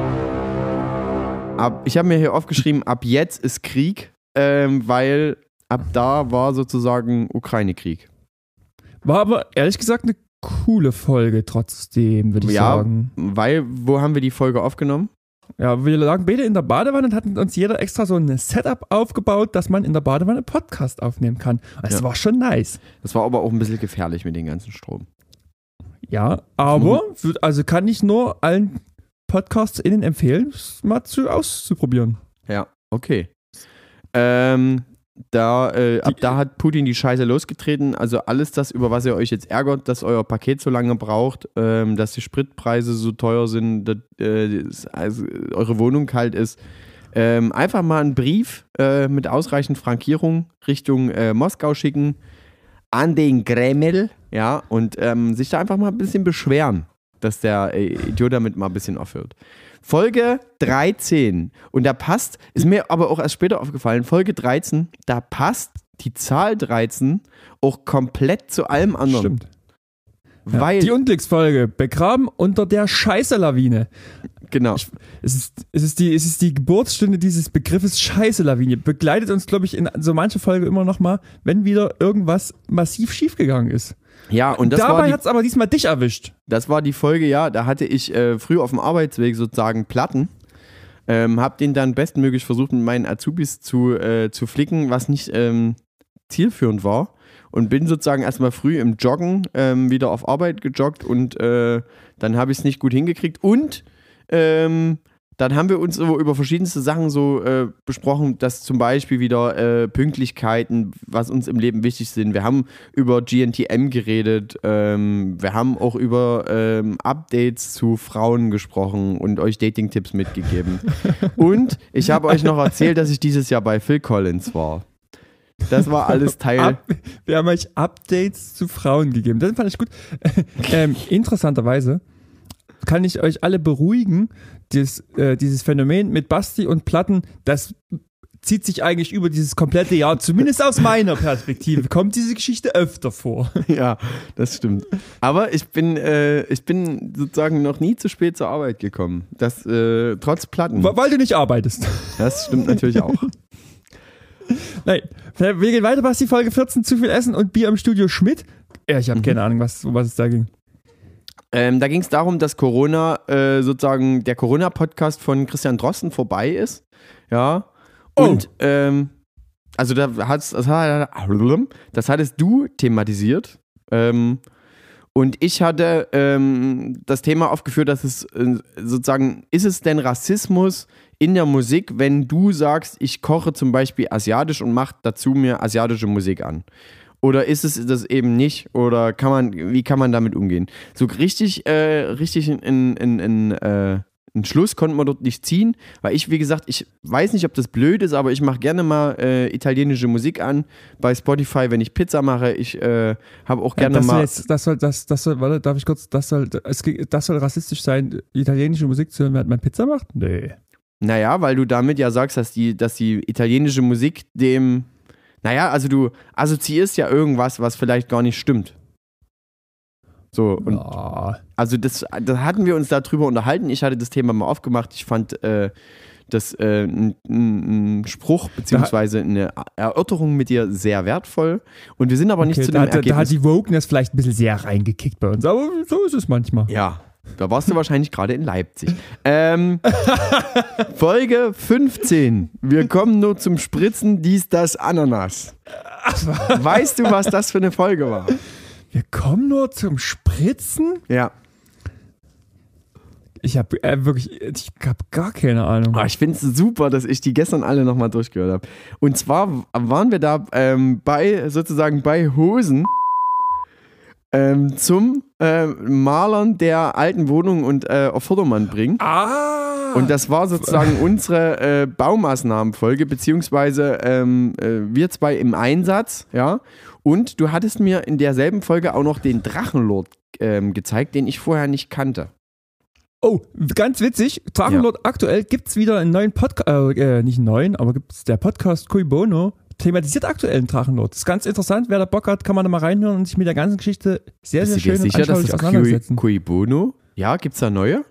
Ab, ich habe mir hier aufgeschrieben, ab jetzt ist Krieg, ähm, weil ab da war sozusagen Ukraine-Krieg. War aber ehrlich gesagt eine coole Folge trotzdem, würde ich ja, sagen. Weil, wo haben wir die Folge aufgenommen? Ja, wir lagen beide in der Badewanne und hatten uns jeder extra so ein Setup aufgebaut, dass man in der Badewanne Podcast aufnehmen kann. Das ja. war schon nice. Das war aber auch ein bisschen gefährlich mit dem ganzen Strom. Ja, aber also kann ich nur allen PodcastInnen empfehlen, es mal zu, auszuprobieren. Ja, okay. Ähm, da, äh, ab da hat Putin die Scheiße losgetreten. Also alles das, über was ihr euch jetzt ärgert, dass euer Paket so lange braucht, ähm, dass die Spritpreise so teuer sind, dass äh, also eure Wohnung kalt ist. Ähm, einfach mal einen Brief äh, mit ausreichend Frankierung Richtung äh, Moskau schicken an den Kreml, ja, und ähm, sich da einfach mal ein bisschen beschweren, dass der äh, Idiot damit mal ein bisschen aufhört. Folge dreizehn. Und da passt, ist mir aber auch erst später aufgefallen, Folge dreizehn, da passt die Zahl dreizehn auch komplett zu allem anderen. Stimmt. Weil, ja, die Unglücksfolge, begraben unter der Scheiße-Lawine. Genau. Ich, es, ist, es, ist die, es ist die Geburtsstunde dieses Begriffes Scheiße-Lawine. Begleitet uns, glaube ich, in so mancher Folge immer noch mal, wenn wieder irgendwas massiv schiefgegangen ist. Ja, und das Dabei war hat es aber diesmal dich erwischt. Das war die Folge, ja, da hatte ich äh, früh auf dem Arbeitsweg sozusagen Platten. Ähm, hab den dann bestmöglich versucht, mit meinen Azubis zu, äh, zu flicken, was nicht ähm, zielführend war. Und bin sozusagen erstmal früh im Joggen ähm, wieder auf Arbeit gejoggt und äh, dann habe ich es nicht gut hingekriegt. Und ähm, dann haben wir uns so über verschiedenste Sachen so äh, besprochen, dass zum Beispiel wieder äh, Pünktlichkeiten, was uns im Leben wichtig sind. Wir haben über G N T M geredet, ähm, wir haben auch über ähm, Updates zu Frauen gesprochen und euch Dating-Tipps mitgegeben. Und ich habe euch noch erzählt, dass ich dieses Jahr bei Phil Collins war. Das war alles Teil. Up, wir haben euch Updates zu Frauen gegeben. Das fand ich gut. ähm, interessanterweise kann ich euch alle beruhigen, dieses, äh, dieses Phänomen mit Basti und Platten, das zieht sich eigentlich über dieses komplette Jahr, zumindest aus meiner Perspektive, kommt diese Geschichte öfter vor. Ja, das stimmt. Aber ich bin, äh, ich bin sozusagen noch nie zu spät zur Arbeit gekommen. Das äh, trotz Platten. Weil du nicht arbeitest. Das stimmt natürlich auch. Nein, wir gehen weiter, Basti, Folge vierzehn, zu viel Essen und Bier im Studio Schmidt. Ja, ich habe mhm. keine Ahnung, was, um was es da ging. Ähm, da ging es darum, dass Corona, äh, sozusagen der Corona-Podcast von Christian Drosten vorbei ist. Ja. Und, oh. ähm, also da hat's, das, das hattest du thematisiert. Ähm, und ich hatte ähm, das Thema aufgeführt, dass es äh, sozusagen, ist es denn Rassismus in der Musik, wenn du sagst, ich koche zum Beispiel asiatisch und mache dazu mir asiatische Musik an? Oder ist es das eben nicht? Oder kann man, wie kann man damit umgehen? So richtig, äh, richtig in, in, in, in äh, einen Schluss konnte man dort nicht ziehen, weil ich, wie gesagt, ich weiß nicht, ob das blöd ist, aber ich mache gerne mal äh, italienische Musik an bei Spotify, wenn ich Pizza mache. Ich äh, habe auch gerne ja, das mal... Jetzt, das soll, das, das soll, warte, darf ich kurz, das soll, das, das soll rassistisch sein, italienische Musik zu hören, während man Pizza macht? Nee. Naja, weil du damit ja sagst, dass die, dass die italienische Musik dem... Naja, also du assoziierst ja irgendwas, was vielleicht gar nicht stimmt. So, und oh. also das, da hatten wir uns darüber unterhalten. Ich hatte das Thema mal aufgemacht. Ich fand äh, das äh, ein, ein Spruch beziehungsweise eine Erörterung mit dir sehr wertvoll. Und wir sind aber nicht okay, zu da, dem Ergebnis. Da hat die Wokeness vielleicht ein bisschen sehr reingekickt bei uns, aber so ist es manchmal. Ja, da warst du wahrscheinlich gerade in Leipzig. Ähm, Folge fünfzehn. Wir kommen nur zum Spritzen, dies, das, Ananas. Weißt du, was das für eine Folge war? Wir kommen nur zum Spritzen? Ja. Ich habe äh, wirklich, ich habe gar keine Ahnung. Oh, ich finde es super, dass ich die gestern alle nochmal durchgehört habe. Und zwar waren wir da ähm, bei, sozusagen bei Hosen ähm, zum äh, Malern der alten Wohnung und äh, auf Vordermann bringen. Ah! Und das war sozusagen unsere äh, Baumaßnahmenfolge, beziehungsweise ähm, äh, wir zwei im Einsatz, ja. Und du hattest mir in derselben Folge auch noch den Drachenlord ähm, gezeigt, den ich vorher nicht kannte. Oh, ganz witzig. Drachenlord, ja. Aktuell gibt es wieder einen neuen Podcast, äh, nicht einen neuen, aber gibt es der Podcast Cui Bono, thematisiert aktuell einen Drachenlord. Das ist ganz interessant. Wer da Bock hat, kann man da mal reinhören und sich mit der ganzen Geschichte sehr, sehr schön und anschaulich auseinandersetzen. Cui Bono? Ja, gibt's da neue?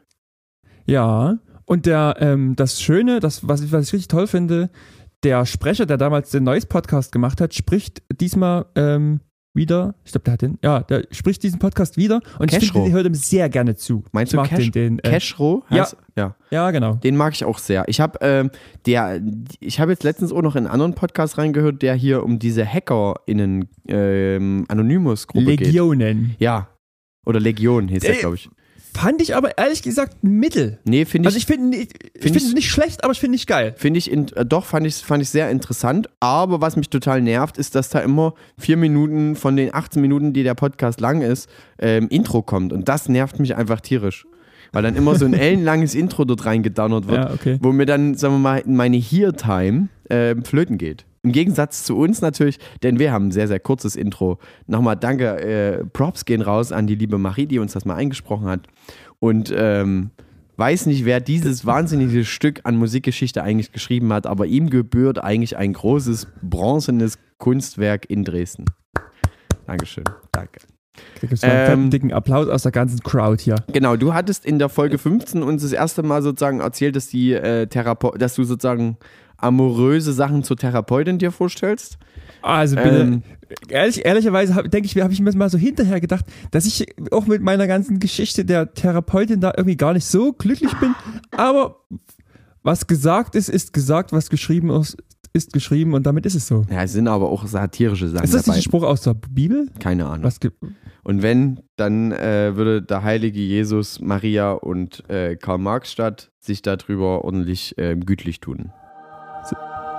Ja, und der, ähm, das Schöne, das, was ich, was ich richtig toll finde, der Sprecher, der damals den Noise-Podcast gemacht hat, spricht diesmal ähm, wieder, ich glaube, der hat den, ja, der spricht diesen Podcast wieder und Cashro. Ich finde, ich höre dem sehr gerne zu. Meinst ich du mag Cash, den, den, äh, Cashro? Ja. ja, ja, genau. Den mag ich auch sehr. Ich habe ähm, der, ich habe jetzt letztens auch noch in einen anderen Podcast reingehört, der hier um diese HackerInnen ähm, Anonymous-Gruppe geht. Legionen. Ja, oder Legion hieß der, glaube ich. Fand ich aber ehrlich gesagt mittel. Nee, finde ich. Also ich finde ich, ich find es nicht schlecht, aber ich finde nicht geil. Finde ich, in, äh, doch, fand ich, fand ich sehr interessant. Aber was mich total nervt, ist, dass da immer vier Minuten von den achtzehn Minuten, die der Podcast lang ist, ähm, Intro kommt. Und das nervt mich einfach tierisch. Weil dann immer so ein ellenlanges Intro dort reingedonnert wird, ja, okay. wo mir dann, sagen wir mal, meine Hear-Time äh, flöten geht. Im Gegensatz zu uns natürlich, denn wir haben ein sehr, sehr kurzes Intro. Nochmal danke, äh, Props gehen raus an die liebe Marie, die uns das mal eingesprochen hat. Und ähm, weiß nicht, wer dieses wahnsinnige Stück an Musikgeschichte eigentlich geschrieben hat, aber ihm gebührt eigentlich ein großes, bronzenes Kunstwerk in Dresden. Dankeschön, danke. Kriegst du einen fetten, dicken Applaus aus der ganzen Crowd hier. Genau, du hattest in der Folge fünfzehn uns das erste Mal sozusagen erzählt, dass, die, äh, Therape- dass du sozusagen amoröse Sachen zur Therapeutin dir vorstellst. Also bitte, ähm, ehrlich, ehrlicherweise hab, denke ich, habe ich mir mal so hinterher gedacht, dass ich auch mit meiner ganzen Geschichte der Therapeutin da irgendwie gar nicht so glücklich bin, aber was gesagt ist, ist gesagt, was geschrieben ist, ist geschrieben und damit ist es so. Ja, es sind aber auch satirische Sachen Ist das dabei. nicht ein Spruch aus der Bibel? Keine Ahnung. Was gibt, Und wenn, dann äh, würde der heilige Jesus, Maria und äh, Karl Marx sich darüber ordentlich äh, gütlich tun. So.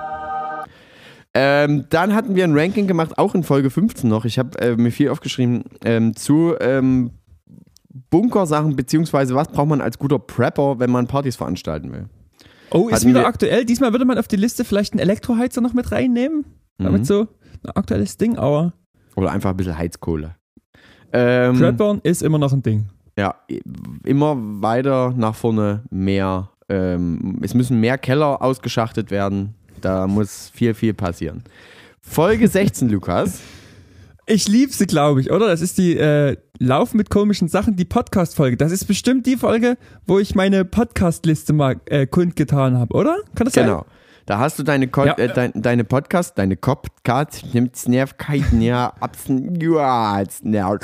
Ähm, dann hatten wir ein Ranking gemacht, auch in Folge fünfzehn noch. Ich habe äh, mir viel aufgeschrieben ähm, zu ähm, Bunkersachen, beziehungsweise was braucht man als guter Prepper, wenn man Partys veranstalten will. Oh, ist Hatten wieder wir- aktuell. Diesmal würde man auf die Liste vielleicht einen Elektroheizer noch mit reinnehmen. Mhm. Damit so ein aktuelles Ding, aber Oder einfach ein bisschen Heizkohle. Ähm, Preppern ist immer noch ein Ding. Ja, immer weiter nach vorne mehr. Ähm, es müssen mehr Keller ausgeschachtet werden. Da muss viel, viel passieren. Folge sechzehn, Lukas. Ich liebe sie, glaube ich, oder? Das ist die äh, Lauf mit komischen Sachen, die Podcast-Folge. Das ist bestimmt die Folge, wo ich meine Podcast-Liste mal äh, kundgetan habe, oder? Kann das Genau. Da hast du deine, Ko- Ja. äh, dein, deine Podcast, deine Kopfkarte, nimmt's Nervkeiten, ja, absen, ja, jetzt nerv.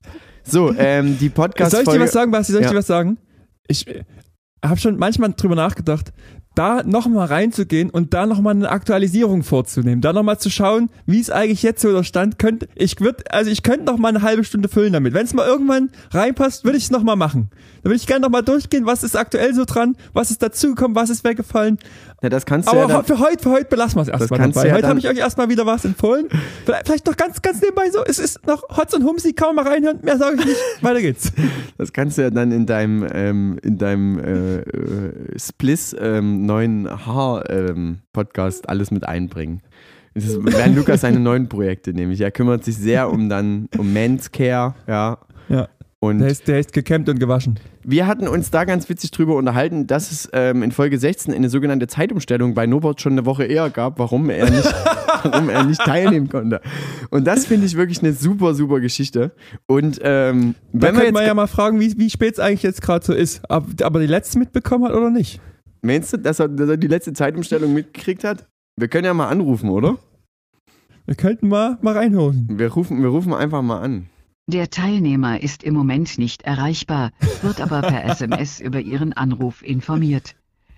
So, ähm, die sein? Podcast-Folge. Soll ich dir was sagen, Basti? Soll ich Ja. dir was sagen? Ich äh, habe schon manchmal drüber nachgedacht, da nochmal reinzugehen und da nochmal eine Aktualisierung vorzunehmen. Da nochmal zu schauen, wie es eigentlich jetzt so der Stand könnte. Ich würde, also ich könnte noch mal eine halbe Stunde füllen damit. Wenn es mal irgendwann reinpasst, würde ich es nochmal machen. Da würde ich gerne nochmal durchgehen, was ist aktuell so dran, was ist dazugekommen, was ist weggefallen. Ja, das kannst du Aber ja dann, für heute, für heute belassen wir es erstmal kannst du dabei. ja Heute dann- habe ich euch erstmal wieder was empfohlen. Vielleicht, vielleicht noch ganz, ganz nebenbei so. Es ist noch Hotz und Humsi, kann man mal reinhören. Mehr sage ich nicht. Weiter geht's. das kannst du ja dann in deinem, ähm, in deinem äh, äh, Spliss ähm, neuen Haar-Podcast ähm, alles mit einbringen. Das ist- werden Lukas seine neuen Projekte nämlich. Er kümmert sich sehr um dann um Manscare, ja. Ja. Und Der ist, der ist gekämmt und gewaschen. wir hatten uns da ganz witzig drüber unterhalten, dass es ähm, in Folge sechzehn eine sogenannte Zeitumstellung bei Norbert schon eine Woche eher gab, warum er nicht, warum er nicht teilnehmen konnte. Und das finde ich wirklich eine super, super Geschichte. Und ähm, Da wenn wir könnte jetzt, man ja mal fragen, wie, wie spät es eigentlich jetzt gerade so ist. Ob, aber die letzte mitbekommen hat oder nicht. meinst du, dass er, dass er die letzte Zeitumstellung mitgekriegt hat? Wir können ja mal anrufen, oder? Wir könnten mal, mal reinhören. Wir rufen, wir rufen einfach mal an. Der Teilnehmer ist im Moment nicht erreichbar, wird aber per S M S über Ihren Anruf informiert.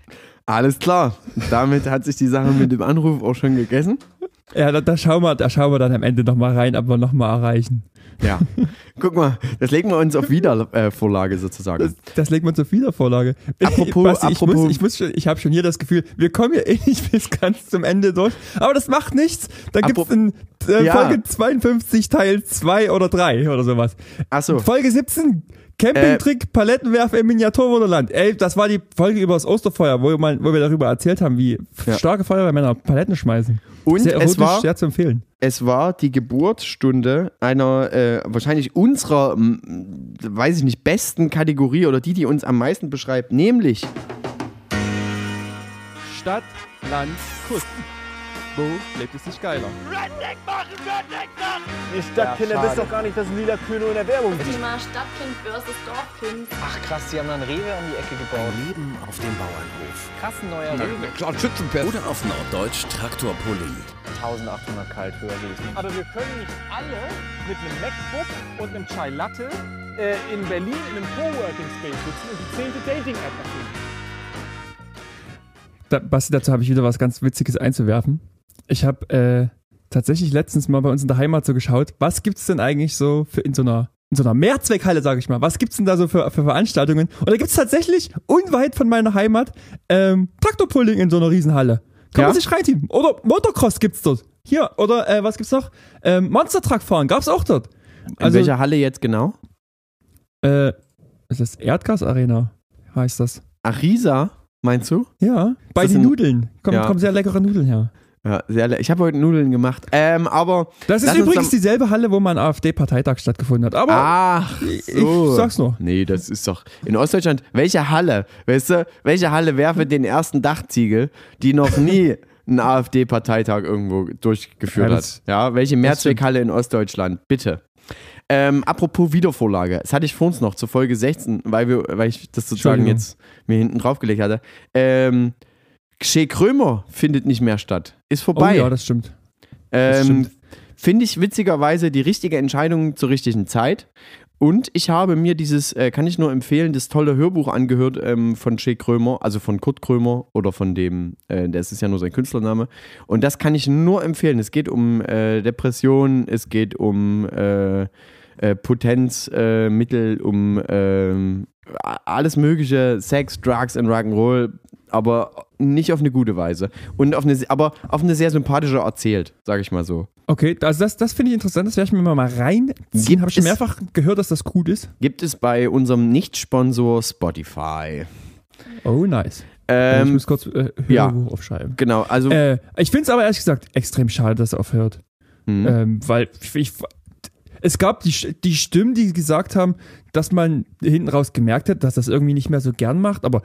Alles klar. Damit hat sich die Sache mit dem Anruf auch schon gegessen. Ja, da, da, schauen wir, da schauen wir dann am Ende nochmal rein, ob wir nochmal erreichen. Ja. Guck mal, das legen wir uns auf Wiedervorlage sozusagen. Das, das legen wir zur Wiedervorlage. Apropos- Basti, ich apropos- muss, ich, muss schon, ich habe schon hier das Gefühl, wir kommen ja eh nicht bis ganz zum Ende durch. Aber das macht nichts. Dann gibt es Apro- in äh, Ja. Folge zweiundfünfzig Teil zwei oder drei oder sowas. Achso. Folge siebzehn, Campingtrick, Palettenwerfer im Miniaturwunderland. Ey, das war die Folge über das Osterfeuer, wo, man, wo wir darüber erzählt haben, wie Ja. starke Feuerwehrmänner Paletten schmeißen. Und Sehr es erotisch, war, sehr zu empfehlen. es war die Geburtsstunde einer, äh, wahrscheinlich unserer, m, weiß ich nicht, besten Kategorie oder die, die uns am meisten beschreibt, nämlich Stadt, Land, Kust. Wo lebt es sich geiler? Redneck machen, Redneck machen! Ihr Stadtkinder wisst doch gar nicht, dass ein lila Kühne in der Werbung sieht. Thema Stadtkind versus Dorfkind. Ach krass, die haben dann Rewe um die Ecke gebaut. Leben auf dem Bauernhof. Krass, ein neuer Rewe. Klar, Schützenfest. Oder auf Norddeutsch Traktorpulling. eintausendachthundert kalt, höher geht's nicht. Aber wir können nicht alle mit einem MacBook und einem Chai Latte äh, in Berlin in einem Coworking Space sitzen und die zehnte Dating-App erfinden. Da, Basti, dazu habe ich wieder was ganz Witziges einzuwerfen. Ich habe äh, tatsächlich letztens mal bei uns in der Heimat so geschaut, was gibt's denn eigentlich so für in so einer in so einer Mehrzweckhalle, sage ich mal, was gibt's denn da so für, für Veranstaltungen? Und da gibt's tatsächlich unweit von meiner Heimat ähm, Traktorpulling in so einer Riesenhalle. Kann Ja? man sich reinteamen. Oder Motocross gibt's dort. Hier, oder äh, was gibt's noch? Ähm, Monster Truck fahren, gab's auch dort. in welcher Halle jetzt genau? äh, ist das Erdgas-Arena, heißt das. Arisa, meinst du? Ja, bei das den ein- Nudeln. Kommen, Ja. kommen sehr leckere Nudeln her. Ja, sehr le- ich habe heute Nudeln gemacht. Ähm, aber Das ist Lass uns übrigens dann- dieselbe Halle, wo mein AfD-Parteitag stattgefunden hat. Aber Ach, ich, so. ich sag's nur. Nee, das ist doch in Ostdeutschland. Welche Halle, weißt du, welche Halle werfe den ersten Dachziegel, die noch nie einen AfD-Parteitag irgendwo durchgeführt Ja, hat? das- Ja, welche Mehrzweckhalle in Ostdeutschland? Bitte. Ähm, apropos Wiedervorlage, das hatte ich vor uns noch zur Folge sechzehn, weil, wir, weil ich das sozusagen Entschuldigung. jetzt mir hinten draufgelegt hatte. Ähm, Gsche Krömer findet nicht mehr statt. Ist Oh vorbei. ja, das stimmt. Das Ähm, stimmt. Finde ich witzigerweise die richtige Entscheidung zur richtigen Zeit. Und ich habe mir dieses, äh, kann ich nur empfehlen, das tolle Hörbuch angehört ähm, von Che Krömer, also von Kurt Krömer oder von dem, äh, das ist ja nur sein Künstlername. Und das kann ich nur empfehlen. Es geht um äh, Depression, es geht um äh, äh, Potenzmittel, äh, um äh, alles mögliche, Sex, Drugs und Rock'n'Roll, aber nicht auf eine gute Weise. Und auf eine, aber auf eine sehr sympathische erzählt, sage ich mal so. Okay, also das, das finde ich interessant, das werde ich mir mal reinziehen. Habe ich schon mehrfach gehört, dass das gut ist. Gibt es bei unserem Nicht-Sponsor Spotify. Oh, nice. Ähm, ich muss kurz äh, Hörbuch ja, aufschreiben. Genau, also. Äh, ich finde es aber ehrlich gesagt extrem schade, dass er aufhört. Mhm. Ähm, weil ich, ich, es gab die, die Stimmen, die gesagt haben, dass man hinten raus gemerkt hat, dass das irgendwie nicht mehr so gern macht, aber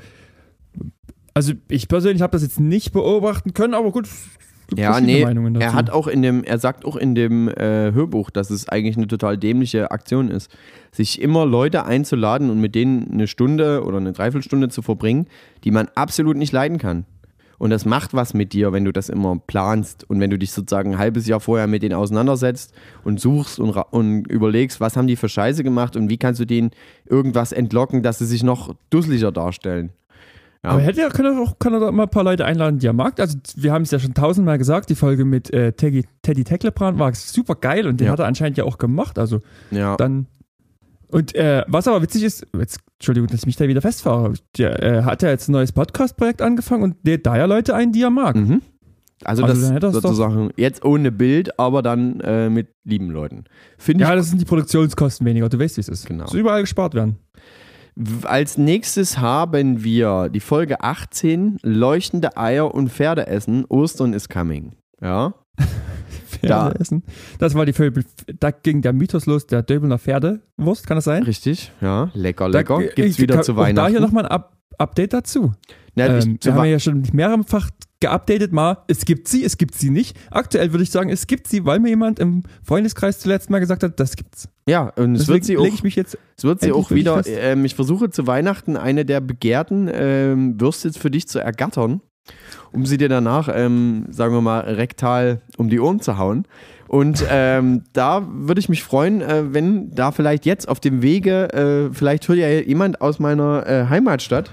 also ich persönlich habe das jetzt nicht beobachten können, aber gut. Ja, nee, er hat auch in dem, er sagt auch in dem äh, Hörbuch, dass es eigentlich eine total dämliche Aktion ist, sich immer Leute einzuladen und mit denen eine Stunde oder eine Dreiviertelstunde zu verbringen, die man absolut nicht leiden kann. Und das macht was mit dir, wenn du das immer planst und wenn du dich sozusagen ein halbes Jahr vorher mit denen auseinandersetzt und suchst und, und überlegst, was haben die für Scheiße gemacht und wie kannst du denen irgendwas entlocken, dass sie sich noch dusseliger darstellen. Ja. Aber hätte er, kann er auch kann er doch mal ein paar Leute einladen, die er mag. Also wir haben es ja schon tausendmal gesagt, die Folge mit äh, Teddy, Teddy Tecklebrand war super geil und den ja. hat er anscheinend ja auch gemacht. Also ja. dann und äh, was aber witzig ist, jetzt, Entschuldigung, dass ich mich da wieder festfahre, der äh, hat ja jetzt ein neues Podcast-Projekt angefangen und lädt da ja Leute ein, die er mag. Mhm. Also, also das sozusagen jetzt ohne Bild, aber dann äh, mit lieben Leuten. Find ja, ich das sind die Produktionskosten weniger, du weißt, wie es ist. Genau. Es muss überall gespart werden. Als nächstes haben wir die Folge achtzehn, leuchtende Eier und Pferde essen, Ostern is coming. Ja. Pferde da. essen. Das war die Folge, da ging der Mythos los, der Döbelner Pferdewurst, kann das sein? Richtig, ja. Lecker, lecker. Da, Gibt's wieder kann, zu Weihnachten. Da hier nochmal ein Up- Update dazu. Ja, ich, ähm, wir haben ja schon mehrfach geupdatet mal, es gibt sie, es gibt sie nicht. Aktuell würde ich sagen, es gibt sie, weil mir jemand im Freundeskreis zuletzt mal gesagt hat, das gibt's. Ja, und es wird sie auch, ich mich jetzt es wird sie auch wieder, ähm, ich versuche zu Weihnachten eine der begehrten ähm, Würste für dich zu ergattern, um sie dir danach, ähm, sagen wir mal, rektal um die Ohren zu hauen. Und ähm, da würde ich mich freuen, äh, wenn da vielleicht jetzt auf dem Wege, äh, vielleicht hört ja jemand aus meiner äh, Heimatstadt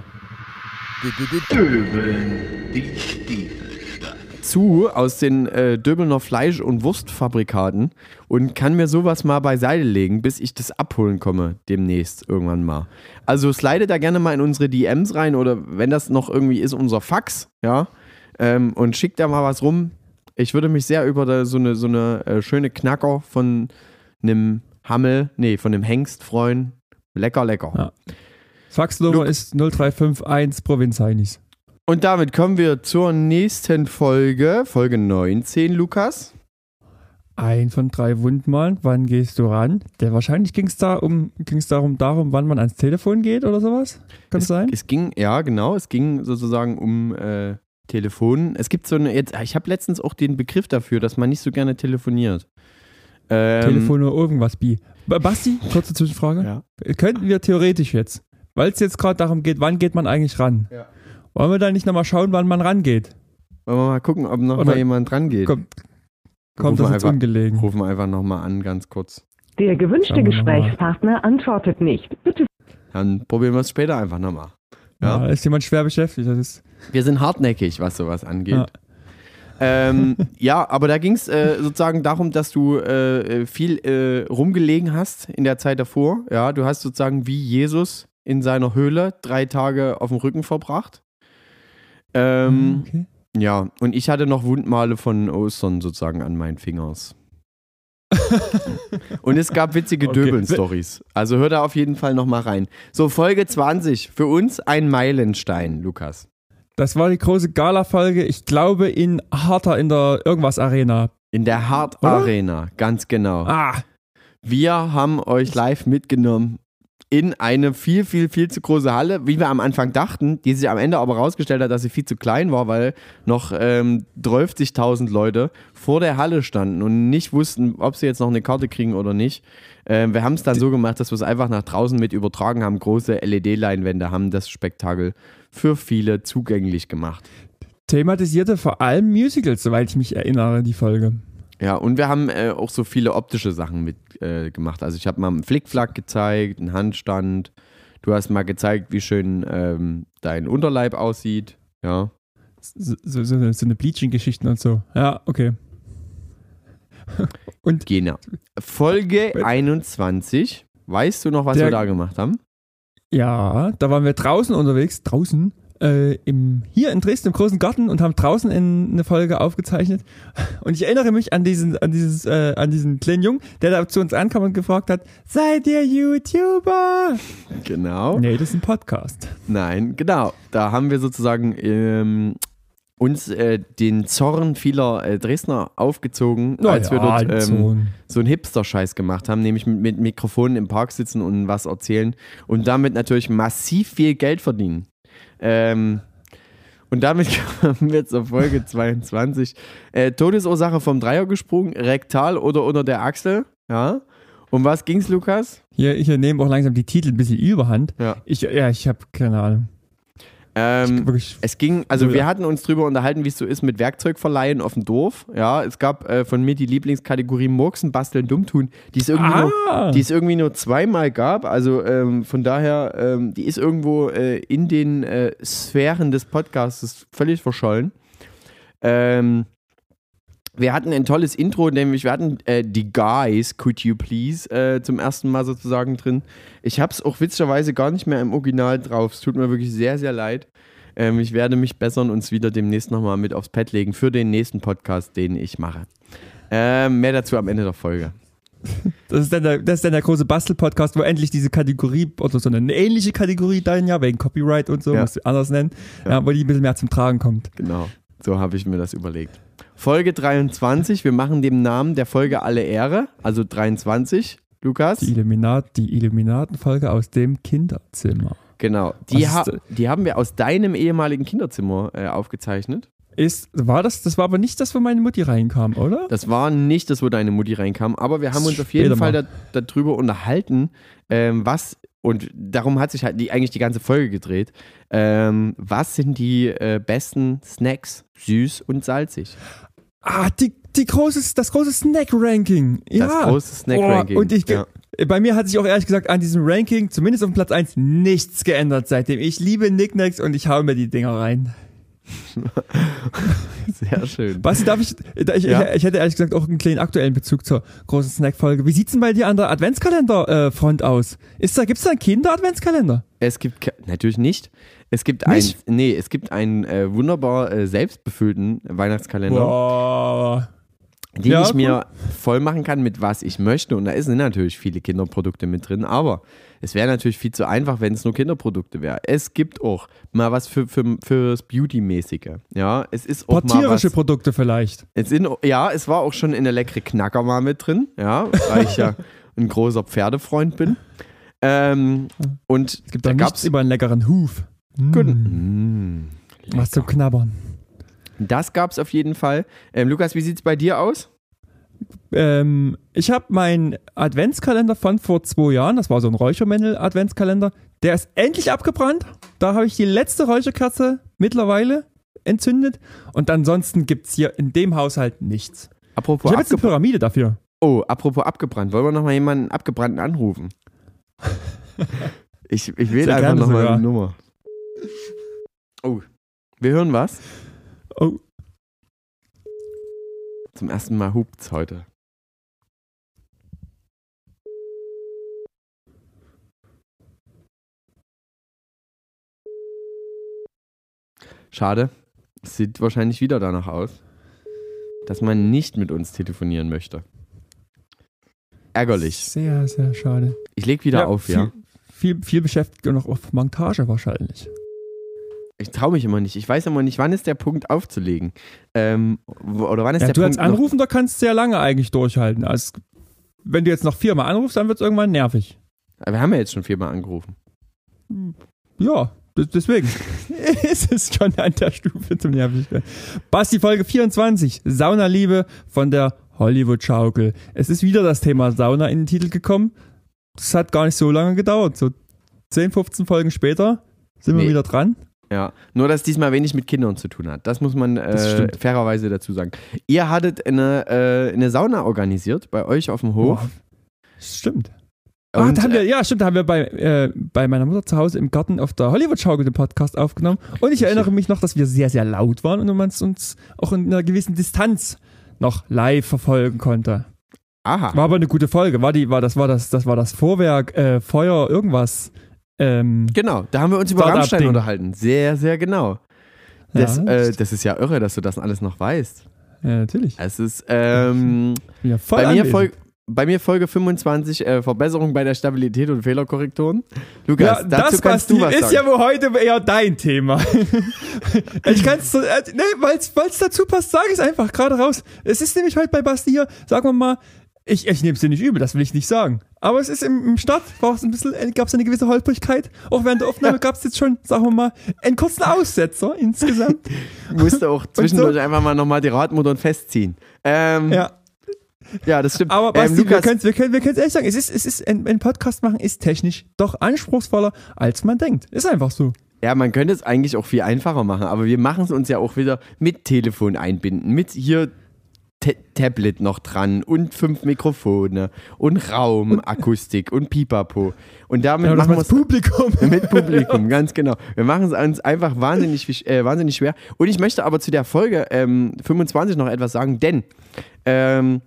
zu, aus den äh, Döbelner Fleisch- und Wurstfabrikaten und kann mir sowas mal beiseite legen, bis ich das abholen komme, demnächst irgendwann mal. Also slide da gerne mal in unsere D Ms rein oder wenn das noch irgendwie ist, unser Fax, ja, ähm, und schickt da mal was rum. Ich würde mich sehr über da, so eine, so eine äh, schöne Knacker von einem Hammel, nee, von einem Hengst freuen. Lecker, lecker. Ja. Faxnummer ist null drei fünf eins Provinz Heinis. Und damit kommen wir zur nächsten Folge, Folge neunzehn, Lukas. Ein von drei Wundmalen, wann gehst du ran? Der, wahrscheinlich ging es da um, ging's darum, darum, wann man ans Telefon geht oder sowas? Kann es sein? Es ging, ja genau, es ging sozusagen um äh, Telefon. Es gibt so eine, jetzt, ich habe letztens auch den Begriff dafür, dass man nicht so gerne telefoniert. Ähm, Telefon oder irgendwas, Bi. Basti, kurze Zwischenfrage. Ja. Könnten wir theoretisch jetzt, weil es jetzt gerade darum geht, wann geht man eigentlich ran? Ja. Wollen wir da nicht nochmal schauen, wann man rangeht? Wollen wir mal gucken, ob noch Oder mal jemand dran geht? Kommt, kommt das jetzt einfach, ungelegen? Rufen wir einfach nochmal an, ganz kurz. Der gewünschte Gesprächspartner antwortet nicht. Bitte. Dann probieren wir es später einfach nochmal. Ja, da ist jemand schwer beschäftigt. Das ist wir sind hartnäckig, was sowas angeht. Ja. ähm, ja, aber da ging es äh, sozusagen darum, dass du äh, viel äh, rumgelegen hast in der Zeit davor. Ja, du hast sozusagen wie Jesus in seiner Höhle drei Tage auf dem Rücken verbracht. Ähm, okay. Ja, und ich hatte noch Wundmale von Ostern sozusagen an meinen Fingers. Und es gab witzige Okay. Döbeln-Stories. Also hör da auf jeden Fall nochmal rein. So, Folge zwanzig. Für uns ein Meilenstein, Lukas. Das war die große Gala-Folge, ich glaube in Harter in der irgendwas Arena. In der Hart Oder? Arena, ganz genau. Ah, Wir haben euch live mitgenommen in eine viel, viel, viel zu große Halle, wie wir am Anfang dachten, die sich am Ende aber rausgestellt hat, dass sie viel zu klein war, weil noch ähm, dreißigtausend Leute vor der Halle standen und nicht wussten, ob sie jetzt noch eine Karte kriegen oder nicht. Ähm, wir haben es dann so gemacht, dass wir es einfach nach draußen mit übertragen haben. Große L E D-Leinwände haben das Spektakel für viele zugänglich gemacht. thematisierte vor allem Musicals, soweit ich mich erinnere, die Folge. Ja, und wir haben äh, auch so viele optische Sachen mit äh, gemacht. Also ich habe mal einen Flickflack gezeigt, einen Handstand. Du hast mal gezeigt, wie schön ähm, dein Unterleib aussieht. Ja. So, so, so eine Bleaching-Geschichten und so. Ja, okay. Und genau. Folge einundzwanzig. Weißt du noch, was der, wir da gemacht haben? Ja, da waren wir draußen unterwegs. Draußen? Äh, im, hier in Dresden im großen Garten und haben draußen in, eine Folge aufgezeichnet. Und ich erinnere mich an diesen, an dieses, äh, an diesen kleinen Jungen, der da zu uns ankam und gefragt hat, seid ihr YouTuber? Genau. Nee, das ist ein Podcast. Nein, genau. Da haben wir sozusagen ähm, uns äh, den Zorn vieler äh, Dresdner aufgezogen, oh, als ja, wir dort ähm, so so einen Hipster-Scheiß gemacht haben, nämlich mit, mit Mikrofonen im Park sitzen und was erzählen und damit natürlich massiv viel Geld verdienen. Ähm, und damit kommen wir zur Folge zweiundzwanzig. Äh, Todesursache vom Dreier gesprungen, rektal oder unter der Achsel. Ja. Um was ging's, Lukas? Hier, hier nehmen auch langsam die Titel ein bisschen überhand. Ja, ich, ja, ich habe keine Ahnung. Ähm, es ging, also so, wir ja. hatten uns drüber unterhalten, wie es so ist mit Werkzeugverleihen auf dem Dorf. Ja, es gab äh, von mir die Lieblingskategorie Murksen, Basteln, Dummtun, die es irgendwie, ah. nur, die es irgendwie nur zweimal gab. Also ähm, von daher, ähm, die ist irgendwo äh, in den äh, Sphären des Podcasts völlig verschollen. Ähm, wir hatten ein tolles Intro, nämlich wir hatten äh, die Guys, Could You Please, äh, zum ersten Mal sozusagen drin. Ich habe es auch witzigerweise gar nicht mehr im Original drauf. Es tut mir wirklich sehr, sehr leid. Ähm, ich werde mich bessern und es wieder demnächst nochmal mit aufs Pad legen für den nächsten Podcast, den ich mache. Ähm, mehr dazu am Ende der Folge. Das ist dann der, das ist dann der große Bastel-Podcast, wo endlich diese Kategorie, oder so eine ähnliche Kategorie dann ja, wegen Copyright und so, ja. musst du anders nennen, ja. Ja, wo die ein bisschen mehr zum Tragen kommt. Genau, so habe ich mir das überlegt. Folge dreiundzwanzig, wir machen dem Namen der Folge alle Ehre, also dreiundzwanzig, Lukas. Die Illuminat, die Illuminaten-Folge aus dem Kinderzimmer. Genau, die, ha- die haben wir aus deinem ehemaligen Kinderzimmer äh, aufgezeichnet. Ist, war das, das war aber nicht das, wo meine Mutti reinkam, oder? Das war nicht das, wo deine Mutti reinkam, aber wir haben uns auf jeden Fall da, darüber unterhalten, ähm, was, und darum hat sich halt die, eigentlich die ganze Folge gedreht, ähm, was sind die äh, besten Snacks, süß und salzig? Ah, die, die große, das große Snack-Ranking. Ja. Das große Snack-Ranking. Oh, und ich, ja. Bei mir hat sich auch ehrlich gesagt an diesem Ranking, zumindest auf Platz eins, nichts geändert seitdem. Ich liebe Knickknacks und ich hau mir die Dinger rein. Sehr schön. Basti, darf ich, ich, ja? ich, ich hätte ehrlich gesagt auch einen kleinen aktuellen Bezug zur großen Snack-Folge. Wie sieht's denn bei dir an der Adventskalender-Front äh, aus? Ist da, gibt's da einen Kinder-Adventskalender? Es gibt, natürlich nicht. Es gibt nicht? ein, nee, es gibt einen äh, wunderbar äh, selbstbefüllten Weihnachtskalender. Boah. Den ja, ich mir cool. voll machen kann mit was ich möchte. Und da sind natürlich viele Kinderprodukte mit drin, aber es wäre natürlich viel zu einfach, wenn es nur Kinderprodukte wäre. Es gibt auch mal was für, für, fürs Beauty-mäßige. Ja, es ist auch tierische mal was, Produkte vielleicht. Es sind, ja, es war auch schon eine leckere Knacker mal mit drin, ja, weil ich ja ein großer Pferdefreund bin. Ähm, und es gibt da nichts über einen leckeren Huf. Gut. Mm. Was zum Knabbern. Das gab es auf jeden Fall. Ähm, Lukas, wie sieht es bei dir aus? Ähm, ich habe meinen Adventskalender von vor zwei Jahren, das war so ein Räuchermännel-Adventskalender, der ist endlich abgebrannt. Da habe ich die letzte Räucherkerze mittlerweile entzündet und ansonsten gibt es hier in dem Haushalt nichts. Apropos ich habe jetzt eine Pyramide dafür. Oh, apropos abgebrannt. Wollen wir nochmal jemanden abgebrannten anrufen? ich, ich wähle einfach nochmal eine Nummer. Oh, wir hören was. Oh. Zum ersten Mal hupt's heute. Schade. Es sieht wahrscheinlich wieder danach aus, dass man nicht mit uns telefonieren möchte. Ärgerlich. Sehr, sehr schade. Ich leg wieder ja, auf, viel, ja. Viel, viel beschäftigt und noch auf Montage wahrscheinlich. Ich traue mich immer nicht. Ich weiß immer nicht, wann ist der Punkt aufzulegen. Ähm, oder wann ist ja, der du Punkt. als Anrufender kannst sehr lange eigentlich durchhalten. Also, wenn du jetzt noch viermal anrufst, dann wird es irgendwann nervig. Wir haben ja jetzt schon viermal angerufen. Ja, deswegen ist es schon an der Stufe zum Nervigkeit. Basti, Folge vierundzwanzig. Saunaliebe von der Hollywood-Schaukel. Es ist wieder das Thema Sauna in den Titel gekommen. Das hat gar nicht so lange gedauert. So zehn, fünfzehn Folgen später sind nee. wir wieder dran. Ja, nur dass diesmal wenig mit Kindern zu tun hat. Das muss man äh, fairerweise dazu sagen. Ihr hattet eine, äh, eine Sauna organisiert bei euch auf dem Hof. Boah, stimmt. Ah, Und, da haben wir, ja, stimmt, da haben wir bei, äh, bei meiner Mutter zu Hause im Garten auf der Hollywood-Schaukel den Podcast aufgenommen. Und ich erinnere mich noch, dass wir sehr, sehr laut waren und man es uns auch in einer gewissen Distanz noch live verfolgen konnte. Aha. War aber eine gute Folge. War die, war das, war das, das war das Vorwerk, äh, Feuer, irgendwas. Ähm, genau, da haben wir uns über Startup Rammstein Ding. unterhalten. Sehr, sehr genau. Das, Ja, äh, das ist ja irre, dass du das alles noch weißt. Ja, natürlich. Es ist ähm, ja, voll bei, mir anwesend. Folge, bei mir Folge fünfundzwanzig, äh, Verbesserung bei der Stabilität und Fehlerkorrekturen. Lukas, Ja, dazu das, kannst Basti, du was ist sagen. ja wohl heute eher dein Thema. Ich kann es, äh, nee, weil es dazu passt, sage ich es einfach gerade raus. Es ist nämlich heute bei Basti hier, sagen wir mal, ich, ich nehme es dir nicht übel, das will ich nicht sagen. Aber es ist im, im Start, gab es eine gewisse Holprigkeit. Auch während der Aufnahme gab es jetzt schon, sagen wir mal, einen kurzen Aussetzer insgesamt. Musste auch zwischendurch so einfach mal nochmal die Radmuttern festziehen. Ähm, ja. Ja, das stimmt. Aber Basti, ähm, wir Lukas, können es wir können, wir ehrlich sagen, es ist, es ist ein, ein Podcast machen ist technisch doch anspruchsvoller, als man denkt. Ist einfach so. Ja, man könnte es eigentlich auch viel einfacher machen, aber wir machen es uns ja auch wieder mit Telefon einbinden, mit hier T- Tablet noch dran und fünf Mikrofone und Raumakustik und Pipapo. Und damit Ja, das machen wir macht es Publikum. mit Publikum, ganz genau. Wir machen es uns einfach wahnsinnig, äh, wahnsinnig schwer. Und ich möchte aber zu der Folge ähm, fünfundzwanzig noch etwas sagen, denn ähm,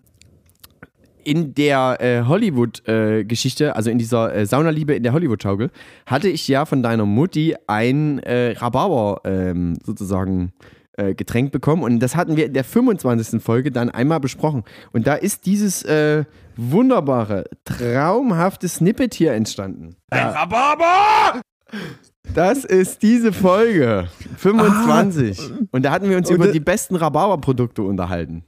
in der äh, Hollywood-Geschichte, äh, also in dieser äh, Saunaliebe in der Hollywood-Schaukel, hatte ich ja von deiner Mutti ein äh, Rhabarber ähm, sozusagen äh, Getränk bekommen. Und das hatten wir in der fünfundzwanzigsten Folge dann einmal besprochen. Und da ist dieses äh, wunderbare, traumhafte Snippet hier entstanden. Ein Rhabarber! Das ist diese Folge fünfundzwanzig. Ah. Und da hatten wir uns Und über de- die besten Rhabarber-Produkte unterhalten.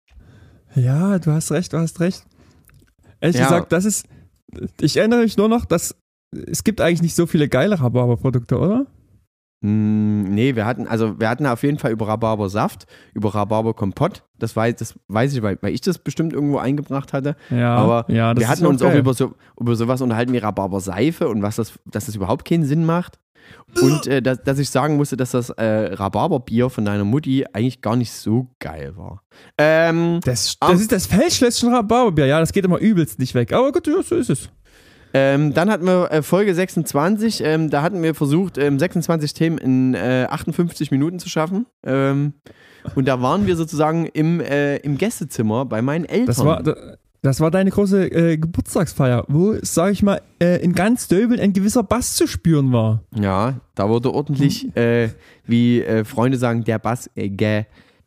Ja, du hast recht, du hast recht. Ehrlich Ja. gesagt, das ist, ich erinnere mich nur noch, dass es gibt eigentlich nicht so viele geile Rhabarber-Produkte, oder? Mm, nee, wir hatten, also wir hatten auf jeden Fall über Rhabarbersaft, über Rhabarberkompott. Das weiß, das weiß ich, weil, weil ich das bestimmt irgendwo eingebracht hatte. Ja, aber ja, das wir ist hatten auch uns auch geil. über, so, über sowas unterhalten wie Rhabarberseife und was das, dass das überhaupt keinen Sinn macht. Und äh, dass, dass ich sagen musste, dass das äh, Rhabarberbier von deiner Mutti eigentlich gar nicht so geil war. Ähm, Das, das ist das Feldschlösschen Rhabarberbier. Ja, das geht immer übelst nicht weg. Aber gut, ja, so ist es. Ähm, dann hatten wir äh, Folge sechsundzwanzig, ähm, da hatten wir versucht, ähm, sechsundzwanzig Themen in äh, achtundfünfzig Minuten zu schaffen. Ähm, und da waren wir sozusagen im, äh, im Gästezimmer bei meinen Eltern. Das war, das war deine große äh, Geburtstagsfeier, wo, sag ich mal, äh, in ganz Döbeln ein gewisser Bass zu spüren war. Ja, da wurde ordentlich, äh, wie äh, Freunde sagen, der Bass äh, ge...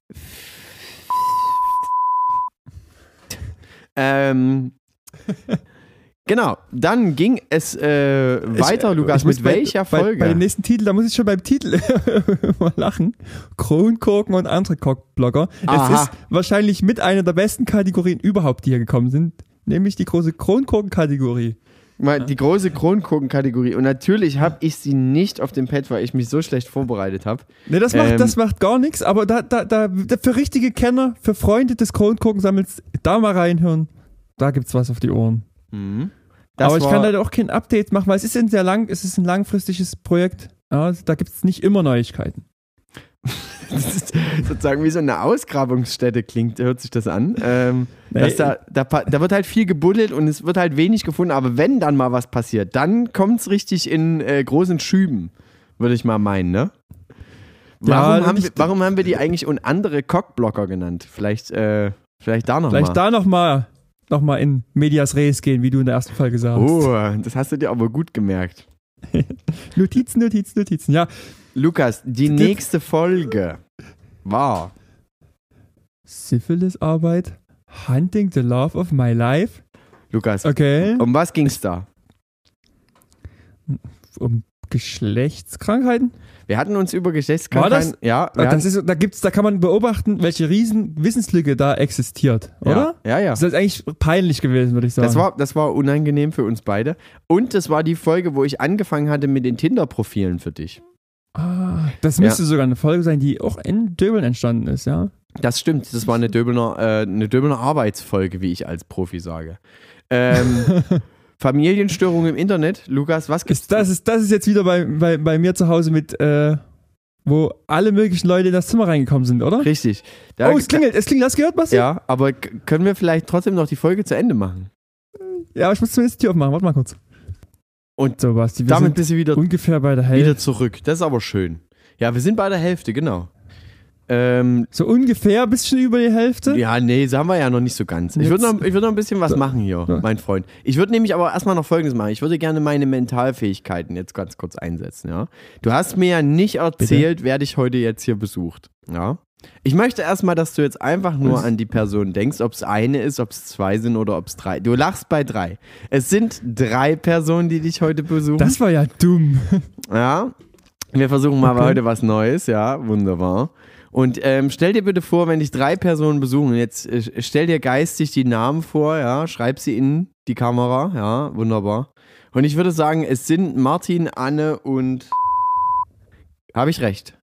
ähm... Genau, dann ging es äh, weiter, ich, Lukas, ich muss mit bei, welcher bei, Folge? Bei dem nächsten Titel, da muss ich schon beim Titel mal lachen. Kronkorken und andere Cockblocker. Aha. Es ist wahrscheinlich mit einer der besten Kategorien überhaupt, die hier gekommen sind, nämlich die große Kronkorken-Kategorie. Mal die große Kronkorken-Kategorie. Und natürlich habe ich sie nicht auf dem Pad, weil ich mich so schlecht vorbereitet habe. Ne, das macht, Ähm, das macht gar nichts, aber da, da, da, für richtige Kenner, für Freunde des Kronkorkensammels, da mal reinhören. Da gibt's was auf die Ohren. Mhm. Das Aber ich war- kann leider auch kein Update machen, weil es ist ein sehr lang, es ist ein langfristiges Projekt. Ja, da gibt es nicht immer Neuigkeiten. Das ist sozusagen wie so eine Ausgrabungsstätte klingt, hört sich das an. Ähm, Nee. dass da, da, pa- da wird halt viel gebuddelt und es wird halt wenig gefunden, aber wenn dann mal was passiert, dann kommt es richtig in äh, großen Schüben, würde ich mal meinen, ne? Warum, Ja, haben wir, nicht- warum haben wir die eigentlich und andere Cockblocker genannt? Vielleicht, äh, vielleicht da nochmal. Vielleicht da nochmal noch mal in Medias Res gehen, wie du in der ersten Folge sagst. Oh, das hast du dir aber gut gemerkt. Notizen, Notizen, Notizen. Ja, Lukas, die Tipp. nächste Folge war Syphilis-Arbeit, Hunting the Love of My Life. Lukas, Okay. um was ging's da? Um Geschlechtskrankheiten. Wir hatten uns über War Geschlechtskrankheiten... das? Ja, wir Das hatten, ist, da gibt's, da kann man beobachten, welche riesen Wissenslücke da existiert, oder? Ja, ja, ja. Das ist eigentlich peinlich gewesen, würde ich sagen. Das war, das war unangenehm für uns beide. Und das war die Folge, wo ich angefangen hatte mit den Tinder-Profilen für dich. ah, das müsste sogar eine Folge sein, die auch in Döbeln entstanden ist, ja? Das stimmt, das war eine Döbelner, äh, eine Döbelner Arbeitsfolge, wie ich als Profi sage. Ähm, Familienstörung im Internet. Lukas, was gibt's? Ist, das, ist, das ist jetzt wieder bei, bei, bei mir zu Hause mit, äh, wo alle möglichen Leute in das Zimmer reingekommen sind, oder? Richtig. Da, oh, es klingelt, es klingelt, hast du gehört, Basti? Ja, aber k- können wir vielleicht trotzdem noch die Folge zu Ende machen? Ja, aber ich muss zumindest die Tür aufmachen, warte mal kurz. Und so, Basti, wir damit sind bist du wieder, ungefähr bei der Hälfte. wieder zurück. Das ist aber schön. Ja, wir sind bei der Hälfte, genau. Ähm, so ungefähr ein bisschen über die Hälfte? Ja, nee, das haben wir ja noch nicht so ganz. Ich würde noch, ich würd noch ein bisschen was machen hier, Ja. mein Freund. Ich würde nämlich aber erstmal noch Folgendes machen. Ich würde gerne meine Mentalfähigkeiten jetzt ganz kurz einsetzen, ja. Du hast mir ja nicht erzählt, Bitte? wer dich heute jetzt hier besucht, ja. Ich möchte erstmal, dass du jetzt einfach nur an die Person denkst, ob es eine ist, ob es zwei sind oder ob es drei. Du lachst bei drei. Es sind drei Personen, die dich heute besuchen. Das war ja dumm. Ja, wir versuchen mal Okay. heute was Neues, ja, wunderbar. Und ähm, stell dir bitte vor, wenn dich drei Personen besuchen, und jetzt äh, stell dir geistig die Namen vor, ja, schreib sie in die Kamera, ja, wunderbar. Und ich würde sagen, es sind Martin, Anne und... Habe ich recht?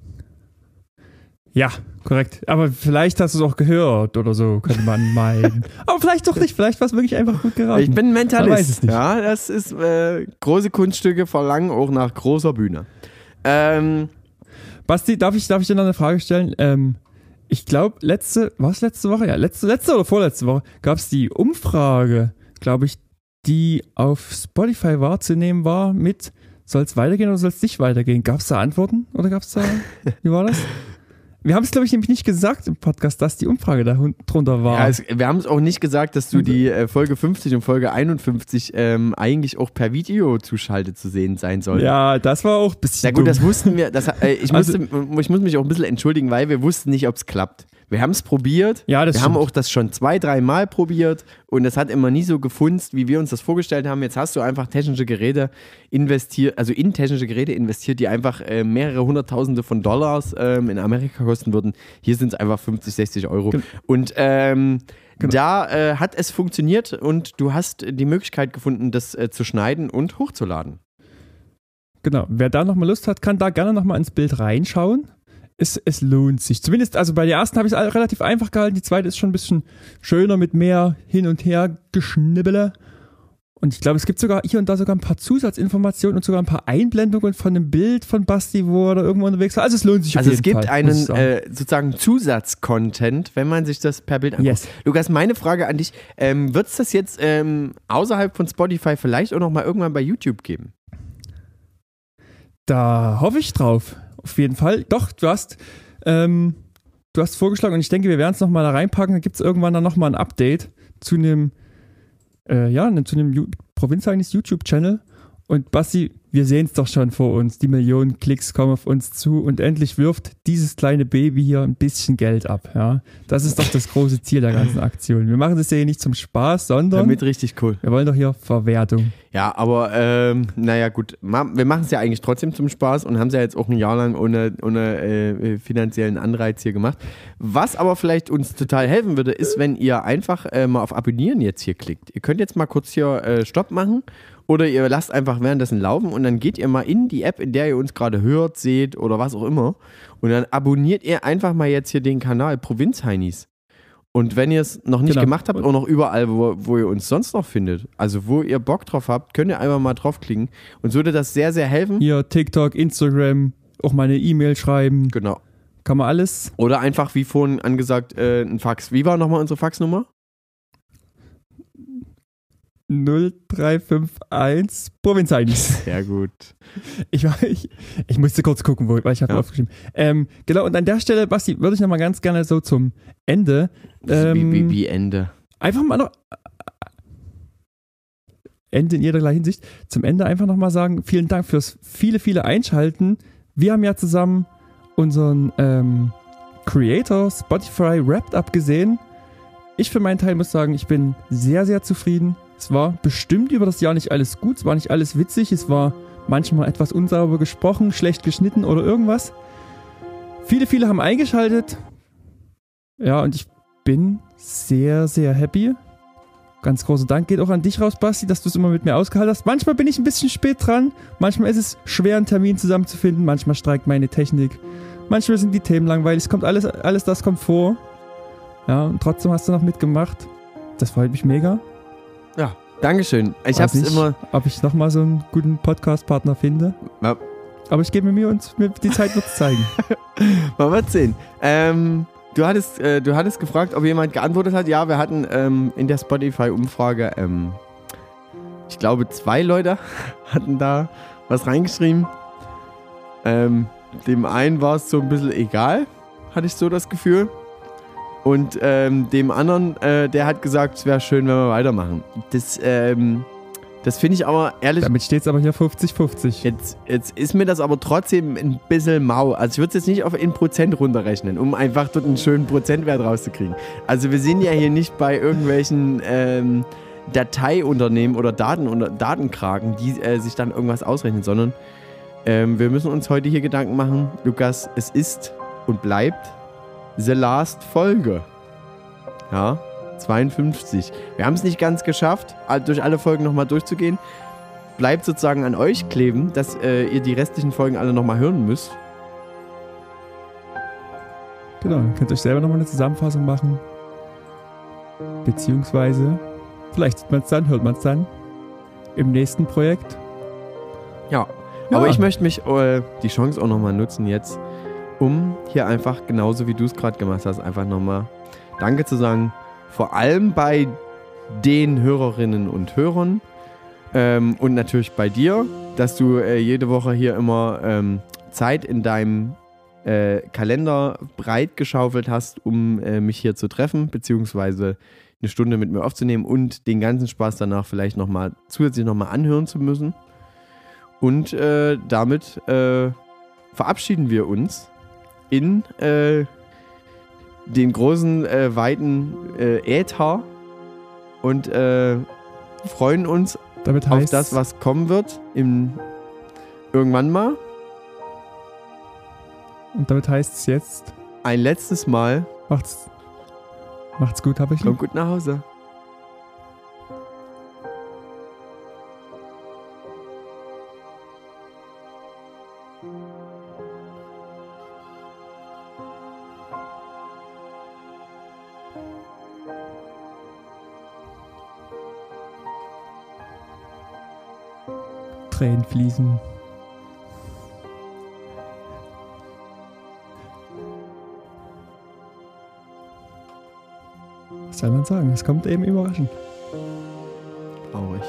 Ja, korrekt. Aber vielleicht hast du es auch gehört oder so, könnte man meinen. Aber vielleicht doch nicht, vielleicht war es wirklich einfach gut geraten. Ich bin ein Mentalist. Man weiß es nicht. Ja, das ist, äh, große Kunststücke verlangen auch nach großer Bühne. Ähm... Basti, darf ich, darf ich dir noch eine Frage stellen? Ähm, ich glaube, letzte, war es letzte Woche? Ja, letzte, letzte oder vorletzte Woche gab es die Umfrage, glaube ich, die auf Spotify wahrzunehmen war mit, soll es weitergehen oder soll es nicht weitergehen? Gab es da Antworten oder gab es da, wie war das? Wir haben es, glaube ich, nämlich nicht gesagt im Podcast, dass die Umfrage da drunter war. Ja, es, wir haben es auch nicht gesagt, dass du die äh, Folge fünfzig und Folge einundfünfzig ähm, eigentlich auch per Video zuschaltet zu sehen sein sollen. Ja, das war auch ein bisschen Na gut, dumm. das wussten wir. Das, äh, ich, Also- musste, ich muss mich auch ein bisschen entschuldigen, weil wir wussten nicht, ob es klappt. Wir haben es probiert. Ja, das wir haben stimmt. auch das schon zwei, drei Mal probiert und es hat immer nie so gefunzt, wie wir uns das vorgestellt haben. Jetzt hast du einfach technische Geräte investiert, also in technische Geräte investiert, die einfach äh, mehrere Hunderttausende von Dollars ähm, in Amerika kosten würden. Hier sind es einfach fünfzig, sechzig Euro. Gen- Und ähm, Genau. da äh, hat es funktioniert und du hast die Möglichkeit gefunden, das äh, zu schneiden und hochzuladen. Genau, wer da nochmal Lust hat, kann da gerne nochmal ins Bild reinschauen. Es, es lohnt sich. Zumindest, also bei der ersten habe ich es relativ einfach gehalten, die zweite ist schon ein bisschen schöner mit mehr hin und her Geschnibbele. Und ich glaube, es gibt sogar hier und da sogar ein paar Zusatzinformationen und sogar ein paar Einblendungen von einem Bild von Basti, wo er da irgendwo unterwegs war. Also es lohnt sich auf Also jeden es gibt Fall, muss ich einen sagen. äh, sozusagen Zusatzcontent, wenn man sich das per Bild anguckt. Yes. Lukas, meine Frage an dich, ähm, wird es das jetzt ähm, außerhalb von Spotify vielleicht auch noch mal irgendwann bei YouTube geben? Da hoffe ich drauf. Auf jeden Fall. Doch, du hast, ähm, du hast vorgeschlagen und ich denke, wir werden es nochmal da reinpacken. Dann gibt es irgendwann dann nochmal ein Update zu einem, äh, ja, ne, zu einem Ju- provinzeigenes YouTube-Channel. Und Basti, wir sehen es doch schon vor uns. Die Millionen Klicks kommen auf uns zu und endlich wirft dieses kleine Baby hier ein bisschen Geld ab. Ja, das ist doch das große Ziel der ganzen Aktion. Wir machen das ja hier nicht zum Spaß, sondern Damit richtig cool. wir wollen doch hier Verwertung. Ja, aber ähm, naja gut, ma- wir machen es ja eigentlich trotzdem zum Spaß und haben es ja jetzt auch ein Jahr lang ohne, ohne äh, finanziellen Anreiz hier gemacht. Was aber vielleicht uns total helfen würde, ist, wenn ihr einfach äh, mal auf Abonnieren jetzt hier klickt. Ihr könnt jetzt mal kurz hier äh, Stopp machen oder ihr lasst einfach währenddessen laufen und dann geht ihr mal in die App, in der ihr uns gerade hört, seht oder was auch immer und dann abonniert ihr einfach mal jetzt hier den Kanal Provinzheinis. Und wenn ihr es noch nicht Genau. gemacht habt, auch noch überall, wo, wo ihr uns sonst noch findet, also wo ihr Bock drauf habt, könnt ihr einfach mal draufklicken. Uns würde das sehr, sehr helfen. Hier TikTok, Instagram, auch mal eine E-Mail schreiben. Genau. Kann man alles. Oder einfach, wie vorhin angesagt, äh, ein Fax. Wie war nochmal unsere Faxnummer? null drei fünf eins Provinzheinis. Sehr gut. Ich, war- ich, ich musste kurz gucken, wo, weil ich habe Ja. aufgeschrieben. Ähm, genau, und an der Stelle, Basti, würde ich nochmal ganz gerne so zum Ende. Ähm, wie, wie, wie Ende. Einfach mal noch. Ende in jederlei Hinsicht. Zum Ende einfach nochmal sagen, vielen Dank fürs viele, viele Einschalten. Wir haben ja zusammen unseren ähm, Creator Spotify Wrapped Up gesehen. Ich für meinen Teil muss sagen, ich bin sehr, sehr zufrieden. Es war bestimmt über das Jahr nicht alles gut, es war nicht alles witzig, es war manchmal etwas unsauber gesprochen, schlecht geschnitten oder irgendwas. Viele, viele haben eingeschaltet. Ja, und ich bin sehr, sehr happy. Ganz großer Dank geht auch an dich raus, Basti, dass du es immer mit mir ausgehalten hast. Manchmal bin ich ein bisschen spät dran, manchmal ist es schwer, einen Termin zusammenzufinden, manchmal streikt meine Technik, manchmal sind die Themen langweilig, es kommt alles, alles das kommt vor. Ja, und trotzdem hast du noch mitgemacht. Das freut mich mega. Ja, Dankeschön. Ich Weiß hab's nicht, immer. ob ich nochmal so einen guten Podcast-Partner finde. Ja, Aber ich gebe mir Mühe und mir, die Zeit wird es zeigen. Mal wird sehen. Ähm, du, hattest, äh, du hattest gefragt, ob jemand geantwortet hat. Ja, wir hatten ähm, in der Spotify-Umfrage, ähm, ich glaube, zwei Leute hatten da was reingeschrieben. Ähm, dem einen war es so ein bisschen egal, hatte ich so das Gefühl. Und ähm, dem anderen, äh, der hat gesagt, es wäre schön, wenn wir weitermachen. Das, ähm, das finde ich aber ehrlich... Damit steht es aber hier fünfzig fünfzig. Jetzt, jetzt ist mir das aber trotzdem ein bisschen mau. Also ich würde es jetzt nicht auf in Prozent runterrechnen, um einfach dort einen schönen Prozentwert rauszukriegen. Also wir sind ja hier nicht bei irgendwelchen ähm, Dateiunternehmen oder Daten oder Datenkraken, die äh, sich dann irgendwas ausrechnen, sondern ähm, wir müssen uns heute hier Gedanken machen, Lukas, es ist und bleibt the last Folge. Ja, zweiundfünfzig. Wir haben es nicht ganz geschafft, durch alle Folgen nochmal durchzugehen. Bleibt sozusagen an euch kleben, dass äh, ihr die restlichen Folgen alle nochmal hören müsst. Genau, ihr könnt euch selber nochmal eine Zusammenfassung machen. Beziehungsweise, vielleicht sieht man es dann, hört man es dann im nächsten Projekt. Ja, Ja. aber ich möchte mich äh, die Chance auch nochmal nutzen jetzt, um hier einfach, genauso wie du es gerade gemacht hast, einfach nochmal Danke zu sagen. Vor allem bei den Hörerinnen und Hörern ähm, und natürlich bei dir, dass du äh, jede Woche hier immer ähm, Zeit in deinem äh, Kalender breit geschaufelt hast, um äh, mich hier zu treffen, beziehungsweise eine Stunde mit mir aufzunehmen und den ganzen Spaß danach vielleicht nochmal zusätzlich nochmal anhören zu müssen. Und äh, damit äh, verabschieden wir uns in äh, den großen, äh, weiten äh, Äther und äh, freuen uns Damit auf heißt das, was kommen wird im, irgendwann mal. Und damit heißt es jetzt, Ein letztes Mal. macht's, macht's gut, habe ich Kommt gut nach Hause. Tränen fließen. Was soll man sagen? Es kommt eben überraschend. Traurig.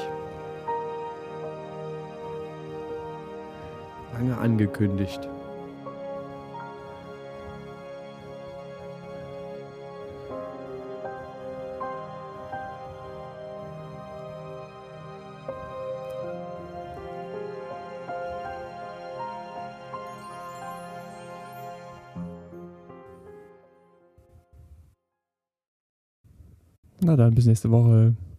Lange angekündigt. Na dann, bis nächste Woche.